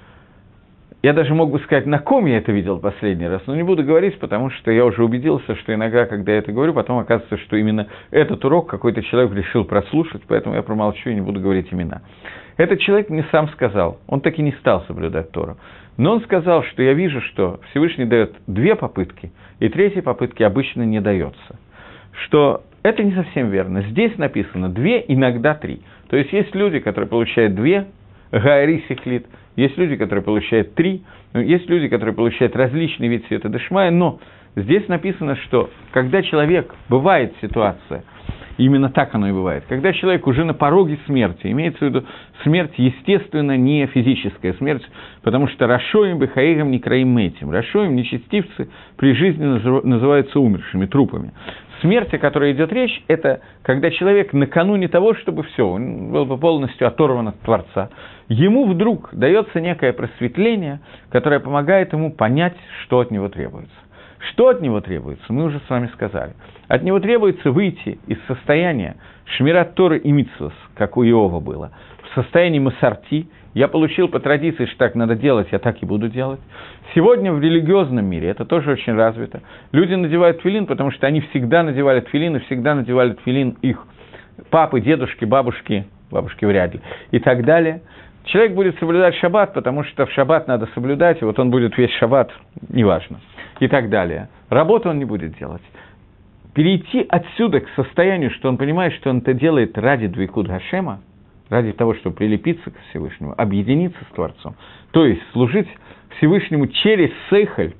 Я даже мог бы сказать, на ком я это видел последний раз, но не буду говорить, потому что я уже убедился, что иногда, когда я это говорю, потом оказывается, что именно этот урок какой-то человек решил прослушать, поэтому я промолчу и не буду говорить имена. Этот человек мне сам сказал, он так и не стал соблюдать Тору, но он сказал, что я вижу, что Всевышний дает две попытки, и третьей попытки обычно не дается. Что это не совсем верно. Здесь написано две, иногда три. То есть есть люди, которые получают две, гаэри сихлит, есть люди, которые получают три, есть люди, которые получают различные виды сиюта дешмая, но здесь написано, что когда человек, бывает ситуация, именно так оно и бывает, когда человек уже на пороге смерти, имеется в виду смерть, естественно, не физическая смерть, потому что рашоим бехаигам не краим мэтим, рашоим, нечестивцы, при жизни называются умершими, трупами. Смерть, о которой идет речь, это когда человек накануне того, чтобы все, он был бы полностью оторван от Творца, ему вдруг дается некое просветление, которое помогает ему понять, что от него требуется. Что от него требуется, мы уже с вами сказали. От него требуется выйти из состояния шмират Торы и мицвос, как у Иова было, в состоянии масарти. Я получил по традиции, что так надо делать, я так и буду делать. Сегодня в религиозном мире это тоже очень развито. Люди надевают тфилин, потому что они всегда надевали тфилин, и всегда надевали тфилин их папы, дедушки, бабушки, бабушки вряд ли, и так далее. Человек будет соблюдать шаббат, потому что в шаббат надо соблюдать, и вот он будет весь шаббат, неважно, и так далее. Работу он не будет делать. Перейти отсюда к состоянию, что он понимает, что он это делает ради двикут Гашема, ради того, чтобы прилепиться к Всевышнему, объединиться с Творцом, то есть служить Всевышнему через сейхаль,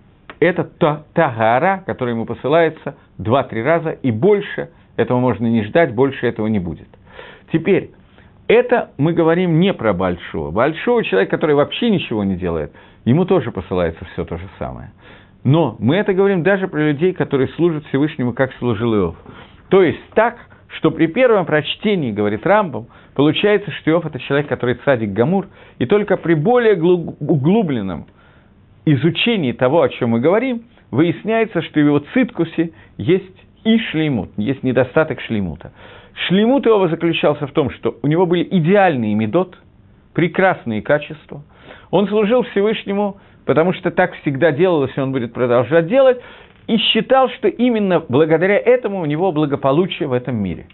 это та, та гаара, которая ему посылается два-три раза, и больше этого можно не ждать, больше этого не будет. Теперь, это мы говорим не про большого. Большого человека, который вообще ничего не делает, ему тоже посылается все то же самое. Но мы это говорим даже про людей, которые служат Всевышнему, как служил Иов. То есть так, что при первом прочтении, говорит Рамбам, получается, что Иов – это человек, который цадик гамур, и только при более углубленном изучении того, о чем мы говорим, выясняется, что в его циткусе есть и шлеймут, есть недостаток шлеймута. Шлеймут Иова заключался в том, что у него были идеальные медот, прекрасные качества. Он служил Всевышнему, потому что так всегда делалось, и он будет продолжать делать, и считал, что именно благодаря этому у него благополучие в этом мире.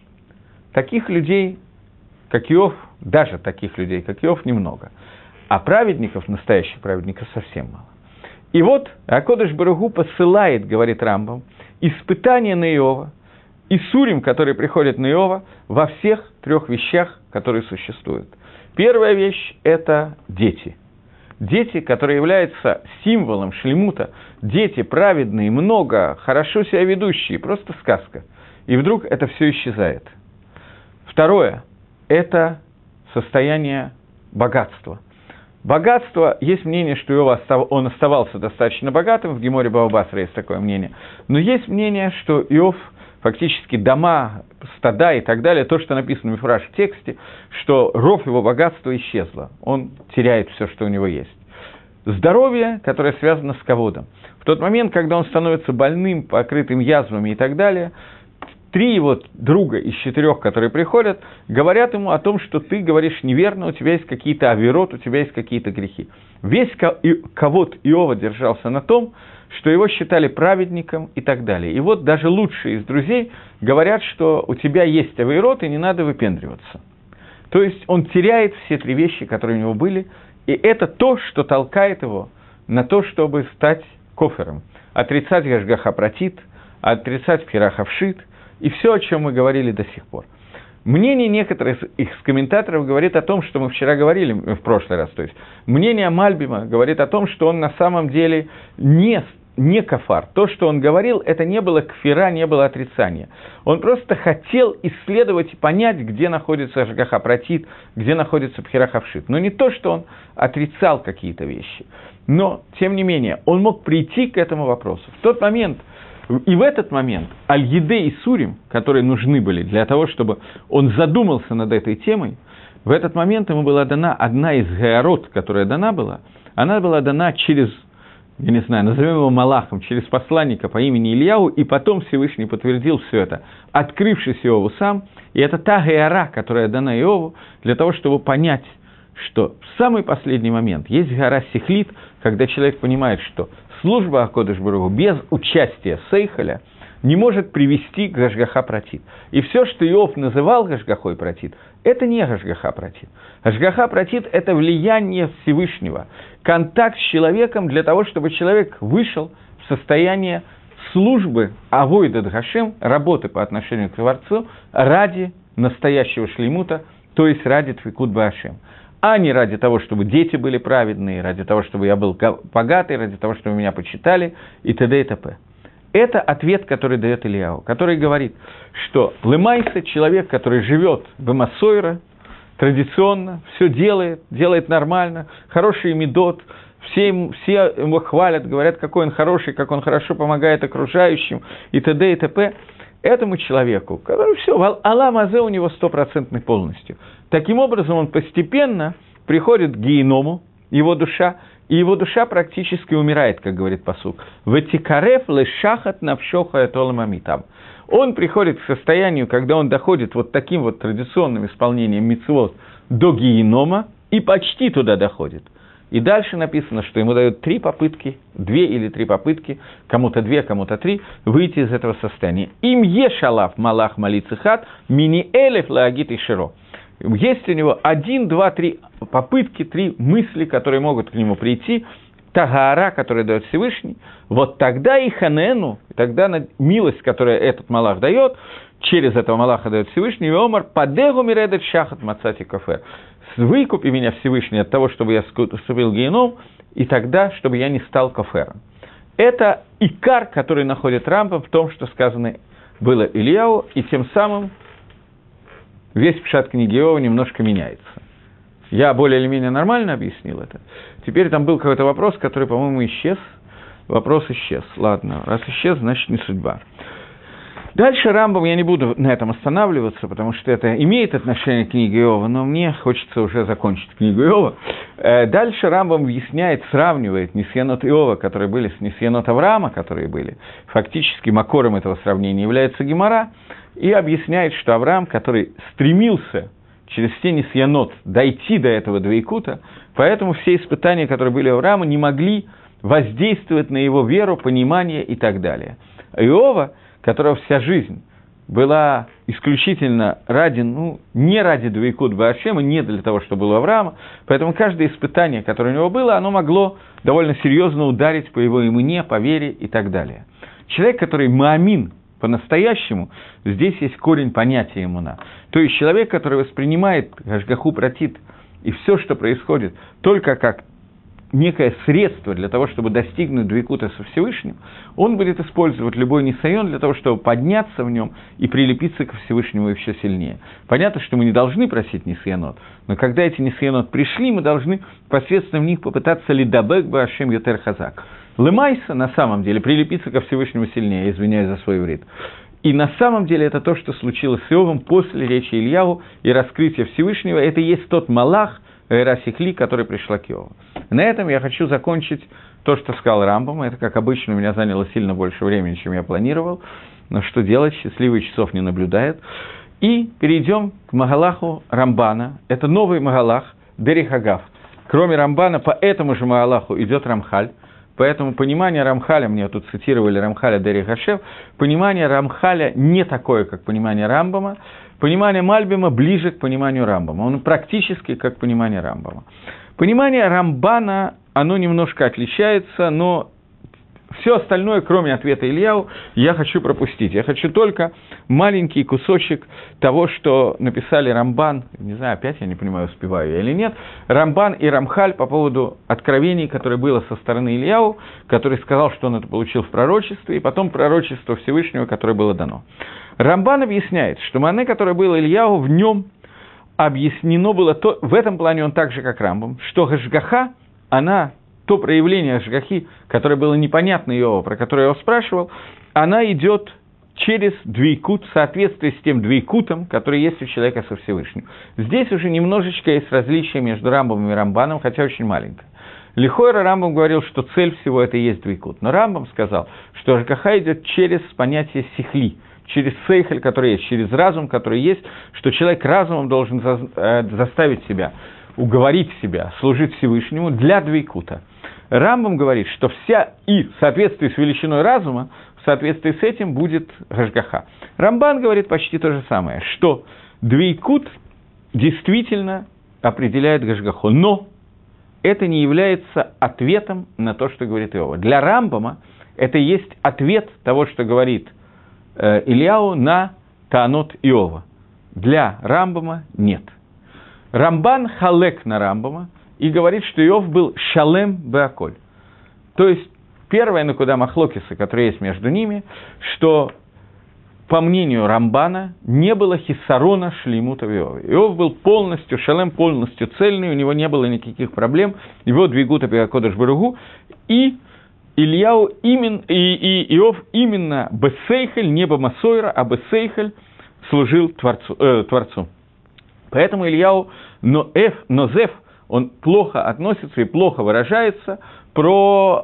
Таких людей, как Иов, даже таких людей, как Иов, немного. А праведников, настоящих праведников, совсем мало. И вот Акодыш Барух Ху посылает, говорит Рамбам, испытания на Иова, и сурим, которые приходят на Иова, во всех трех вещах, которые существуют. Первая вещь – это дети. Дети, которые являются символом шлемута, дети праведные, много, хорошо себя ведущие, просто сказка. И вдруг это все исчезает. Второе – это состояние богатства. Богатство, есть мнение, что Иов, он оставался достаточно богатым, в Геморе Бава Басра есть такое мнение, но есть мнение, что Иов, фактически дома, стада и так далее, то, что написано в Мифраш в тексте, что ров его богатства исчезло, он теряет все, что у него есть. Здоровье, которое связано с ководом. В тот момент, когда он становится больным, покрытым язвами и так далее, три его друга из четырех, которые приходят, говорят ему о том, что ты говоришь неверно, у тебя есть какие-то авирот, у тебя есть какие-то грехи. Весь ковод Иова держался на том, что его считали праведником и так далее. И вот даже лучшие из друзей говорят, что у тебя есть авирот, и не надо выпендриваться. То есть он теряет все три вещи, которые у него были, и это то, что толкает его на то, чтобы стать кофером. Отрицать гашгаха пратит, отрицать пхира авшит, и все, о чем мы говорили до сих пор. Мнение некоторых из комментаторов говорит о том, что мы вчера говорили в прошлый раз. То есть мнение Мальбима говорит о том, что он на самом деле не, не кафар. То, что он говорил, это не было кфира, не было отрицания. Он просто хотел исследовать и понять, где находится ашгаха пратит, где находится пхира авшит. Но не то, что он отрицал какие-то вещи. Но, тем не менее, он мог прийти к этому вопросу. В тот момент... И в этот момент Аль-Еде и Сурим, которые нужны были для того, чтобы он задумался над этой темой, в этот момент ему была дана одна из гаорот, которая дана была, она была дана через, я не знаю, назовем его Малахом, через посланника по имени Ильяу, и потом Всевышний подтвердил все это, открывшись Иову сам, и это та гаора, которая дана Иову, для того, чтобы понять, что в самый последний момент есть гора Сихлит, когда человек понимает, что служба Акодыш Барух Ху без участия Сейхаля не может привести к Гашгаха Пратит. И все, что Иов называл Гашгахой Пратит, это не Гашгаха Пратит. Гашгаха Пратит – это влияние Всевышнего, контакт с человеком для того, чтобы человек вышел в состояние службы Авойдат Гашем, работы по отношению к Творцу, ради настоящего шлеймута, то есть ради Твикут Баашем. А не ради того, чтобы дети были праведные, ради того, чтобы я был богатый, ради того, чтобы меня почитали, и т.д. и т.п. Это ответ, который дает Ильяу, который говорит, что лемайса, человек, который живет в Масойра, традиционно, все делает, делает нормально, хороший медот, все, ему, все его хвалят, говорят, какой он хороший, как он хорошо помогает окружающим, и т.д. и т.п. Этому человеку, который все, Аллам Азе у него стопроцентный полностью. Таким образом, он постепенно приходит к гееному, его душа, и его душа практически умирает, как говорит пасук. «Ватикарев лешахат навшоха этолам амитам». Он приходит к состоянию, когда он доходит вот таким вот традиционным исполнением мицвот до геенома, и почти туда доходит. И дальше написано, что ему дают три попытки, две или три попытки, кому-то две, кому-то три, выйти из этого состояния. Им ешалав малах малицихат, мини элев лагит и широ. Есть у него один, два, три попытки, три мысли, которые могут к нему прийти, тагаара, которую дает Всевышний, вот тогда и ханену, тогда милость, которую этот малах дает, через этого малаха дает Всевышний, и омар падегу миредет шахат мацати кафе. Выкупи меня, Всевышний, от того, чтобы я вступил в геном, и тогда, чтобы я не стал кофером. Это икар, который находит Рамбам в том, что сказано было Ильяу, и тем самым весь пшат книги Иова немножко меняется. Я более или менее нормально объяснил это. Теперь там был какой-то вопрос, который, по-моему, исчез. Вопрос исчез. Ладно, раз исчез, значит, не судьба. Дальше Рамбам, я не буду на этом останавливаться, потому что это имеет отношение к книге Иова, но мне хочется уже закончить книгу Иова. Дальше Рамбам объясняет, сравнивает нисьянот Иова, которые были, с нисьянот Авраама, которые были. Фактически макором этого сравнения является Гемара, и объясняет, что Авраам, который стремился через все нисьянот дойти до этого двоекута, поэтому все испытания, которые были у Авраама, не могли воздействовать на его веру, понимание и так далее. Иова, которого вся жизнь была исключительно ради, ну, не ради двоекут Баашема, не для того, что было у Авраама, поэтому каждое испытание, которое у него было, оно могло довольно серьезно ударить по его имуне, по вере и так далее. Человек, который маамин по-настоящему, здесь есть корень понятия имуна. То есть человек, который воспринимает гашгаху пратит и все, что происходит, только как некое средство для того, чтобы достигнуть двикута со Всевышним, он будет использовать любой нисайон для того, чтобы подняться в нем и прилепиться ко Всевышнему еще сильнее. Понятно, что мы не должны просить нисайонот, но когда эти нисайонот пришли, мы должны посредством них попытаться лидабек башем ютер хазак. Лемайса, на самом деле, прилепиться ко Всевышнему сильнее, извиняюсь за свой вред. И на самом деле это то, что случилось с Иовом после речи Ильяву и раскрытия Всевышнего. Это и есть тот малах, Эрасихли, который пришла к Иову. На этом я хочу закончить то, что сказал Рамбам. Это, как обычно, у меня заняло сильно больше времени, чем я планировал. Но что делать, счастливый часов не наблюдает. И перейдем к Магалаху Рамбана. Это новый Магалах, Дерих Агав. Кроме Рамбана, по этому же Магалаху идет Рамхаль. Поэтому понимание Рамхаля, мне тут цитировали Рамхаля Дерих Гашев, понимание Рамхаля не такое, как понимание Рамбама. Понимание Мальбима ближе к пониманию Рамбама. Он практически как понимание Рамбама. Понимание Рамбана, оно немножко отличается, но все остальное, кроме ответа Ильяу, я хочу пропустить. Я хочу только маленький кусочек того, что написали Рамбан, не знаю, опять я не понимаю, успеваю я или нет, Рамбан и Рамхаль по поводу откровений, которое было со стороны Ильяу, который сказал, что он это получил в пророчестве, и потом пророчество Всевышнего, которое было дано. Рамбан объясняет, что мане, которое было Ильяу, в нем объяснено было, то, в этом плане он так же, как Рамбам, что Гашгаха, она... то проявление Ашгахи, которое было непонятно Иова, про которое я его спрашивал, она идет через двейкут, в соответствии с тем двейкутом, который есть у человека со Всевышним. Здесь уже немножечко есть различие между Рамбамом и Рамбаном, хотя очень маленькое. Лихойра Рамбам говорил, что цель всего это и есть двейкут, но Рамбам сказал, что Ашгаха идет через понятие сихли, через сейхель, который есть, через разум, который есть, что человек разумом должен за, э, заставить себя, уговорить себя служить Всевышнему для двейкута. Рамбам говорит, что вся и в соответствии с величиной разума, в соответствии с этим будет Гашгаха. Рамбан говорит почти то же самое, что двейкут действительно определяет Гашгаху, но это не является ответом на то, что говорит Иова. Для Рамбама это есть ответ того, что говорит э, Ильяу на Таанот Иова. Для Рамбама нет. Рамбан халек на Рамбама и говорит, что Иов был шалем беаколь. То есть, первое накуда махлокиса, которое есть между ними, что, по мнению Рамбана, не было хиссарона шлеймута в Иове. Иов был полностью шалем, полностью цельный, у него не было никаких проблем, его двигута беакодыш баругу, и Ильяу именно, и, и Иов именно бесейхель, не бамасойра, а бесейхель служил Творцу. Э, творцу. Поэтому Ильяу Ноэф, Нозеф, он плохо относится и плохо выражается про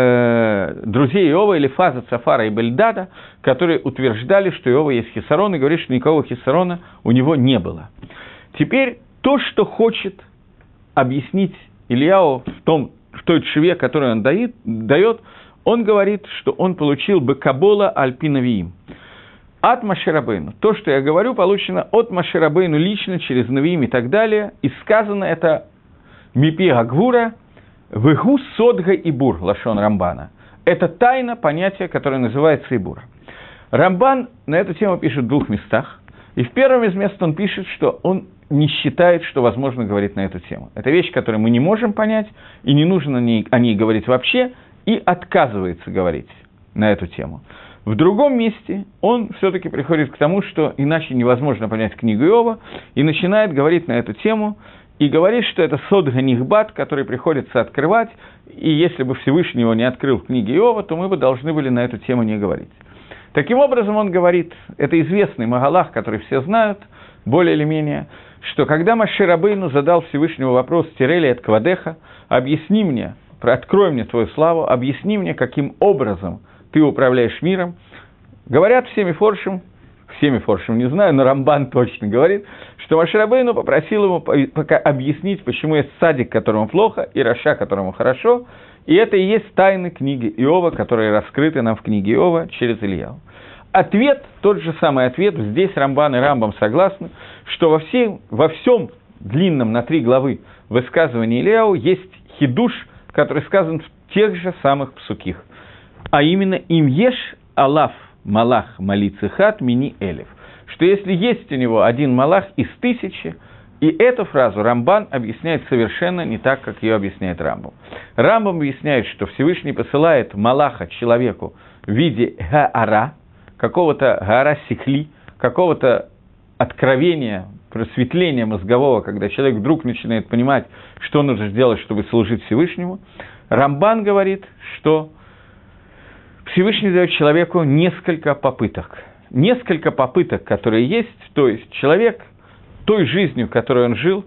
э, друзей Иова, Элифаза, Цафара и Бельдада, которые утверждали, что Иова есть хиссарон, и говорит, что никакого хиссарона у него не было. Теперь то, что хочет объяснить Ильяу в, том, в той тшиве, которую он дает, дает, он говорит, что он получил бекабола альпинавиим. От Моше Рабейну. То, что я говорю, получено от Моше Рабейну лично, через Навиим и так далее. И сказано это Мипи Гагвура, Вегу Содга Ибур, лашон Рамбана. Это тайна понятия, которое называется Ибур. Рамбан на эту тему пишет в двух местах. И в первом из мест он пишет, что он не считает, что возможно говорить на эту тему. Это вещь, которую мы не можем понять, и не нужно о ней, о ней говорить вообще, и отказывается говорить на эту тему. В другом месте он все-таки приходит к тому, что иначе невозможно понять книгу Иова, и начинает говорить на эту тему, и говорит, что это сод ганихбат, который приходится открывать, и если бы Всевышний его не открыл в книге Иова, то мы бы должны были на эту тему не говорить. Таким образом, он говорит, это известный Магалах, который все знают, более или менее, что когда Моше Рабейну задал Всевышнему вопрос «Тирели эт квадеха», «Объясни мне, открой мне твою славу, объясни мне, каким образом ты управляешь миром», говорят всеми форшем, всеми форшем не знаю, но Рамбан точно говорит, что Моше Рабейну попросил ему пока объяснить, почему есть садик, которому плохо, и раша, которому хорошо, и это и есть тайны книги Иова, которые раскрыты нам в книге Иова через Ильяу. Ответ, тот же самый ответ, здесь Рамбан и Рамбам согласны, что во, всей, во всем длинном на три главы высказывании Ильяу есть хидуш, который сказан в тех же самых псуких. А именно «Им еш алаф малах малицехат мини элев», что если есть у него один малах из тысячи, И эту фразу Рамбан объясняет совершенно не так, как ее объясняет Рамбам. Рамбам объясняет, что Всевышний посылает Малаха человеку в виде Гаара, какого-то Гаара Сихли, какого-то откровения, просветления мозгового, когда человек вдруг начинает понимать, что нужно сделать, чтобы служить Всевышнему. Рамбан говорит, что Всевышний дает человеку несколько попыток. Несколько попыток, которые есть, то есть человек той жизнью, которой он жил,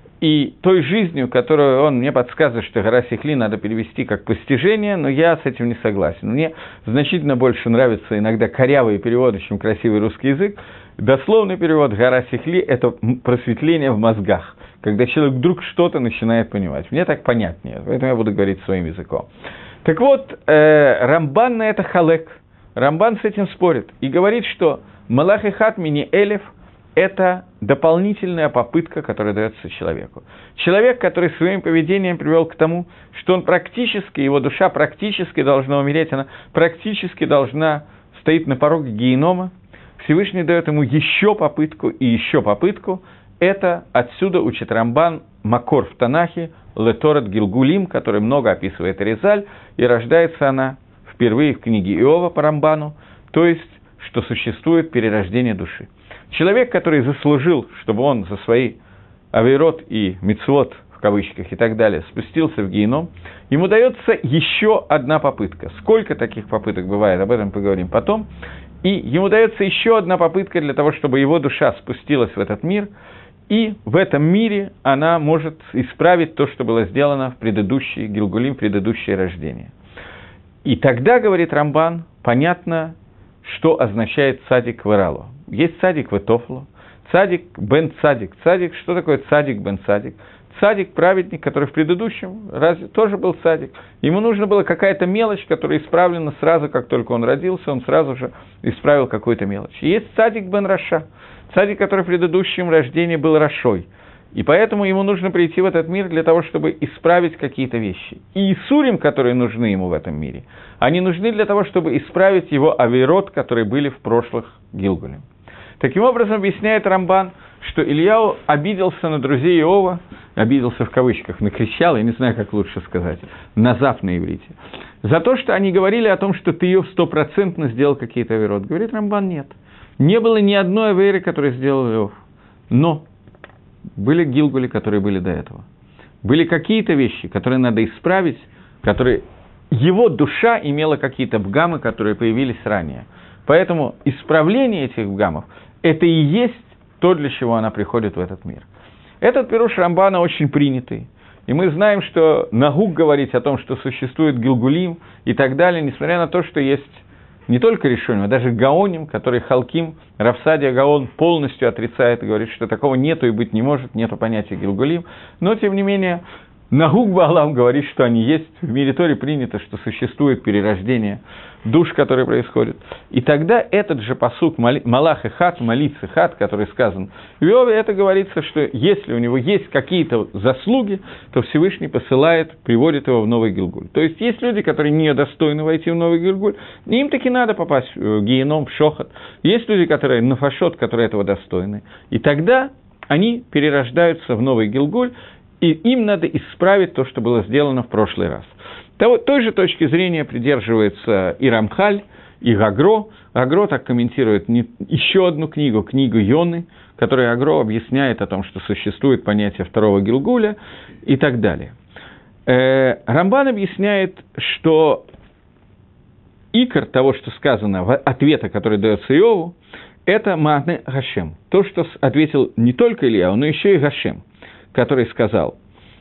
и той жизнью, которую он мне подсказывает, что Гора Сихли надо перевести как постижение, но я с этим не согласен. Мне значительно больше нравятся иногда корявые переводы, чем красивый русский язык. Дословный перевод Гора Сихли – это просветление в мозгах, когда человек вдруг что-то начинает понимать. Мне так понятнее, поэтому я буду говорить своим языком. Так вот, э, Рамбан на это халек. Рамбан с этим спорит и говорит, что Малах Эхад Мини Элев – это дополнительная попытка, которая дается человеку. Человек, который своим поведением привел к тому, что он практически, его душа практически должна умереть, она практически должна стоять на пороге генома, Всевышний дает ему еще попытку и еще попытку. Это отсюда учит Рамбан Макор в Танахе, Леторет Гилгулим, который много описывает Аризаль, и рождается она впервые в книге Иова по Рамбану, то есть, что существует перерождение души. Человек, который заслужил, чтобы он за свои авейрот и мицвот, в кавычках и так далее, спустился в геном, ему дается еще одна попытка. Сколько таких попыток бывает, об этом поговорим потом. И ему дается еще одна попытка для того, чтобы его душа спустилась в этот мир, и в этом мире она может исправить то, что было сделано в предыдущий Гилгулим, предыдущее рождение. И тогда, говорит Рамбан, понятно, что означает цадик в Иралу. Есть цадик в Этофлу, цадик бен цадик. Цадик, что такое цадик бен цадик? Цадик, праведник, который в предыдущем разве тоже был цадик. Ему нужна была какая-то мелочь, которая исправлена сразу, как только он родился, он сразу же исправил какую-то мелочь. И есть цадик бен Раша, цадик, который в предыдущем рождении был Рашой. И поэтому ему нужно прийти в этот мир для того, чтобы исправить какие-то вещи. И Исурим, которые нужны ему в этом мире, они нужны для того, чтобы исправить его авейрот, которые были в прошлых Гилгуле. Таким образом, объясняет Рамбан, что Ильяу обиделся на друзей Иова, обиделся в кавычках, накричал, я не знаю, как лучше сказать, назав на иврите, за то, что они говорили о том, что ты ее стопроцентно сделал какие-то авейрот. Говорит Рамбан, нет. Не было ни одной авейры, которую сделал Иов. Но были гилгули, которые были до этого. Были какие-то вещи, которые надо исправить, которые его душа имела какие-то бгамы, которые появились ранее. Поэтому исправление этих бгамов – это и есть то, для чего она приходит в этот мир. Этот пируш Рамбана очень принятый. И мы знаем, что нагук говорить о том, что существует Гилгулим и так далее, несмотря на то, что есть не только решением, а даже Гаоним, который Халким, Равсадия Гаон полностью отрицает и говорит, что такого нету и быть не может, нету понятия Гилгулим. Но, тем не менее, Нагук Баалам говорит, что они есть. В мире Торе принято, что существует перерождение душ, которые происходят. И тогда этот же пасук Малах Эхад, молиться Эхад, который сказан в Иове, это говорится, что если у него есть какие-то заслуги, то Всевышний посылает, приводит его в Новый Гилгуль. То есть есть люди, которые не достойны войти в Новый Гилгуль, и им таки надо попасть в геном, в Шохот. Есть люди, которые нафашот, которые этого достойны. И тогда они перерождаются в Новый Гилгуль, и им надо исправить то, что было сделано в прошлый раз. Той же точки зрения придерживается и Рамхаль, и Гагро. Гагро так комментирует еще одну книгу, книгу Йоны, которая Гагро объясняет о том, что существует понятие второго Гилгуля и так далее. Рамбан объясняет, что икор того, что сказано, ответа, который дается Иову, это Маане Гашем. То, что ответил не только Илья, но еще и Гашем, который сказал: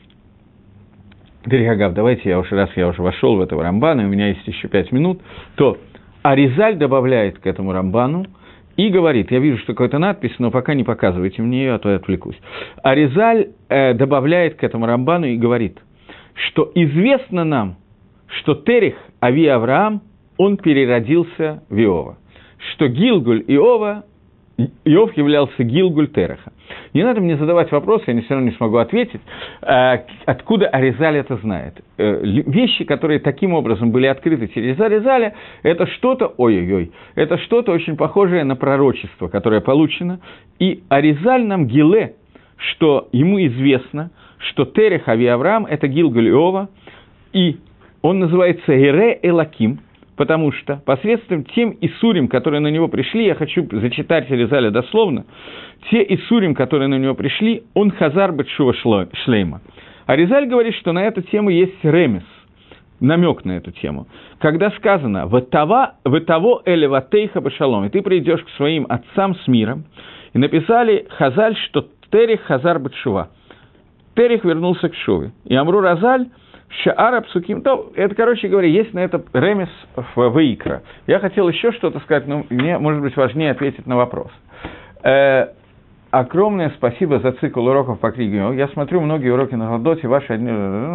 Дерегагав, давайте я уже, раз я уже вошел в этого Рамбана, у меня есть еще пять минут, то Аризаль добавляет к этому Рамбану и говорит, я вижу, что какая-то надпись, но пока не показывайте мне ее, а то я отвлекусь. Аризаль э, добавляет к этому Рамбану и говорит, что известно нам, что Терех, Ави Авраам, он переродился в Иова, что Гилгуль Иова, Иов являлся Гилгуль Тереха. Не надо мне задавать вопросы, я все равно не смогу ответить, откуда Аризаль это знает. Вещи, которые таким образом были открыты через Аризаля, это что-то, ой-ой-ой, это что-то очень похожее на пророчество, которое получено. И Аризаль нам гиле, что ему известно, что Терех Ави Авраам – это Гилгаль Иова, и он называется Ире Элаким, потому что посредством тем Исурим, которые на него пришли, я хочу зачитать Ризаля дословно, те Исурим, которые на него пришли, он Хазар Бетшува Шлейма. А Ризаль говорит, что на эту тему есть ремес, намек на эту тему. Когда сказано «Вэтаво элеватейха башалом», и ты придешь к своим отцам с миром, и написали Хазаль, что Терех Хазар Бетшува. Терех вернулся к Шуве. И Амру Разаль, Шаара Псуким, то, это, короче говоря, есть на это ремес в Ваикра. Я хотел еще что-то сказать, но мне, может быть, важнее ответить на вопрос. Э, огромное спасибо за цикл уроков по книге. Я смотрю многие уроки на Гладоте, ваши одни...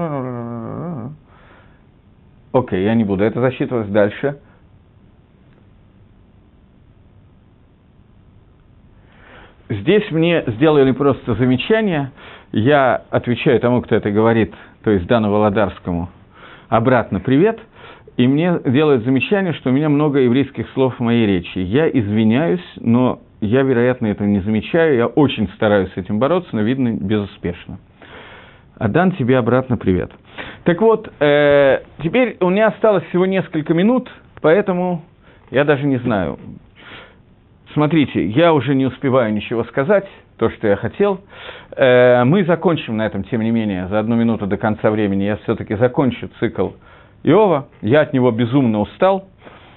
Окей, я не буду это засчитывать дальше. Здесь мне сделали просто замечание, я отвечаю тому, кто это говорит, то есть Дану Володарскому, обратно привет, и мне делают замечание, что у меня много еврейских слов в моей речи. Я извиняюсь, но я, вероятно, этого не замечаю, я очень стараюсь с этим бороться, но, видно, безуспешно. Адан, тебе обратно привет. Так вот, э, теперь у меня осталось всего несколько минут, поэтому я даже не знаю... Смотрите, я уже не успеваю ничего сказать, то, что я хотел. Мы закончим на этом, тем не менее, за одну минуту до конца времени. Я все-таки закончу цикл Иова. Я от него безумно устал.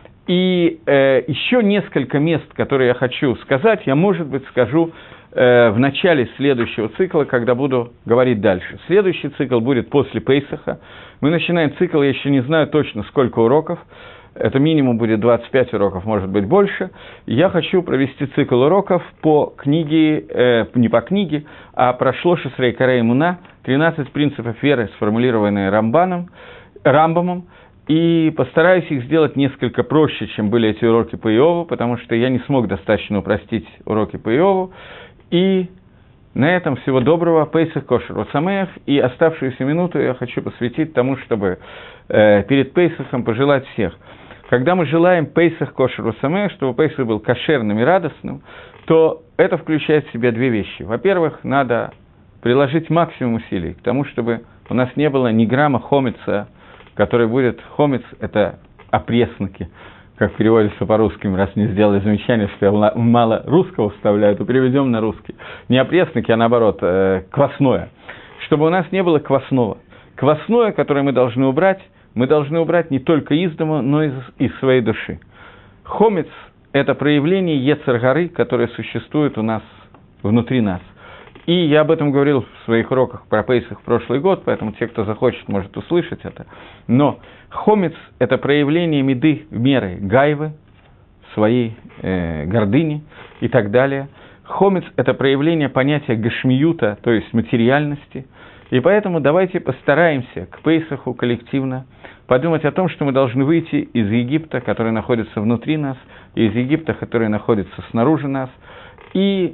И э, еще несколько мест, которые я хочу сказать, я, может быть, скажу э, в начале следующего цикла, когда буду говорить дальше. Следующий цикл будет после Пейсаха. Мы начинаем цикл, я еще не знаю точно, сколько уроков. Это минимум будет двадцать пять уроков, может быть, больше. Я хочу провести цикл уроков по книге, э, не по книге, а про Шлоша Срей-Карей Муна, тринадцать принципов веры, сформулированные Рамбаном, Рамбамом, и постараюсь их сделать несколько проще, чем были эти уроки по Иову, потому что я не смог достаточно упростить уроки по Иову. И на этом всего доброго, Пейсах Кошер Самеах, и оставшуюся минуту я хочу посвятить тому, чтобы э, перед Пейсахом пожелать всех. Когда мы желаем Пейсах Кошер Самеах, чтобы Пейсах был кошерным и радостным, то это включает в себя две вещи. Во-первых, надо приложить максимум усилий к тому, чтобы у нас не было ни грамма хомица, который будет... Хомец – это опресноки, как переводится по-русски, раз не сделали замечание, что я мало русского вставляю, то переведем на русский. Не опресноки, а наоборот, э, квасное. Чтобы у нас не было квасного. Квасное, которое мы должны убрать, мы должны убрать не только из дома, но и из, из своей души. Хомец – это проявление Ецер-гары, которое существует у нас, внутри нас. И я об этом говорил в своих уроках про Пейсах в прошлый год, поэтому те, кто захочет, может услышать это. Но хомец – это проявление меды, меры гайвы, своей э, гордыни и так далее. Хомец – это проявление понятия гашмиюта, то есть материальности. И поэтому давайте постараемся к Пейсаху коллективно подумать о том, что мы должны выйти из Египта, который находится внутри нас, и из Египта, который находится снаружи нас, и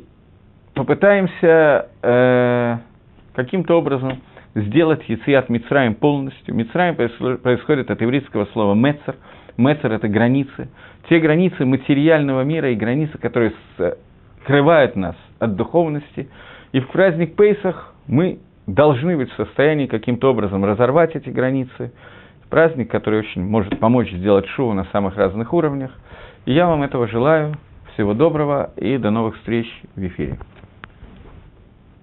попытаемся э, каким-то образом сделать Йециат Мицраим полностью. Мицраим происходит от еврейского слова «мецер». «Мецер» — это границы. Те границы материального мира и границы, которые скрывают нас от духовности. И в праздник Пейсах мы должны быть в состоянии каким-то образом разорвать эти границы. Праздник, который очень может помочь сделать шуву на самых разных уровнях. И я вам этого желаю. Всего доброго и до новых встреч в эфире.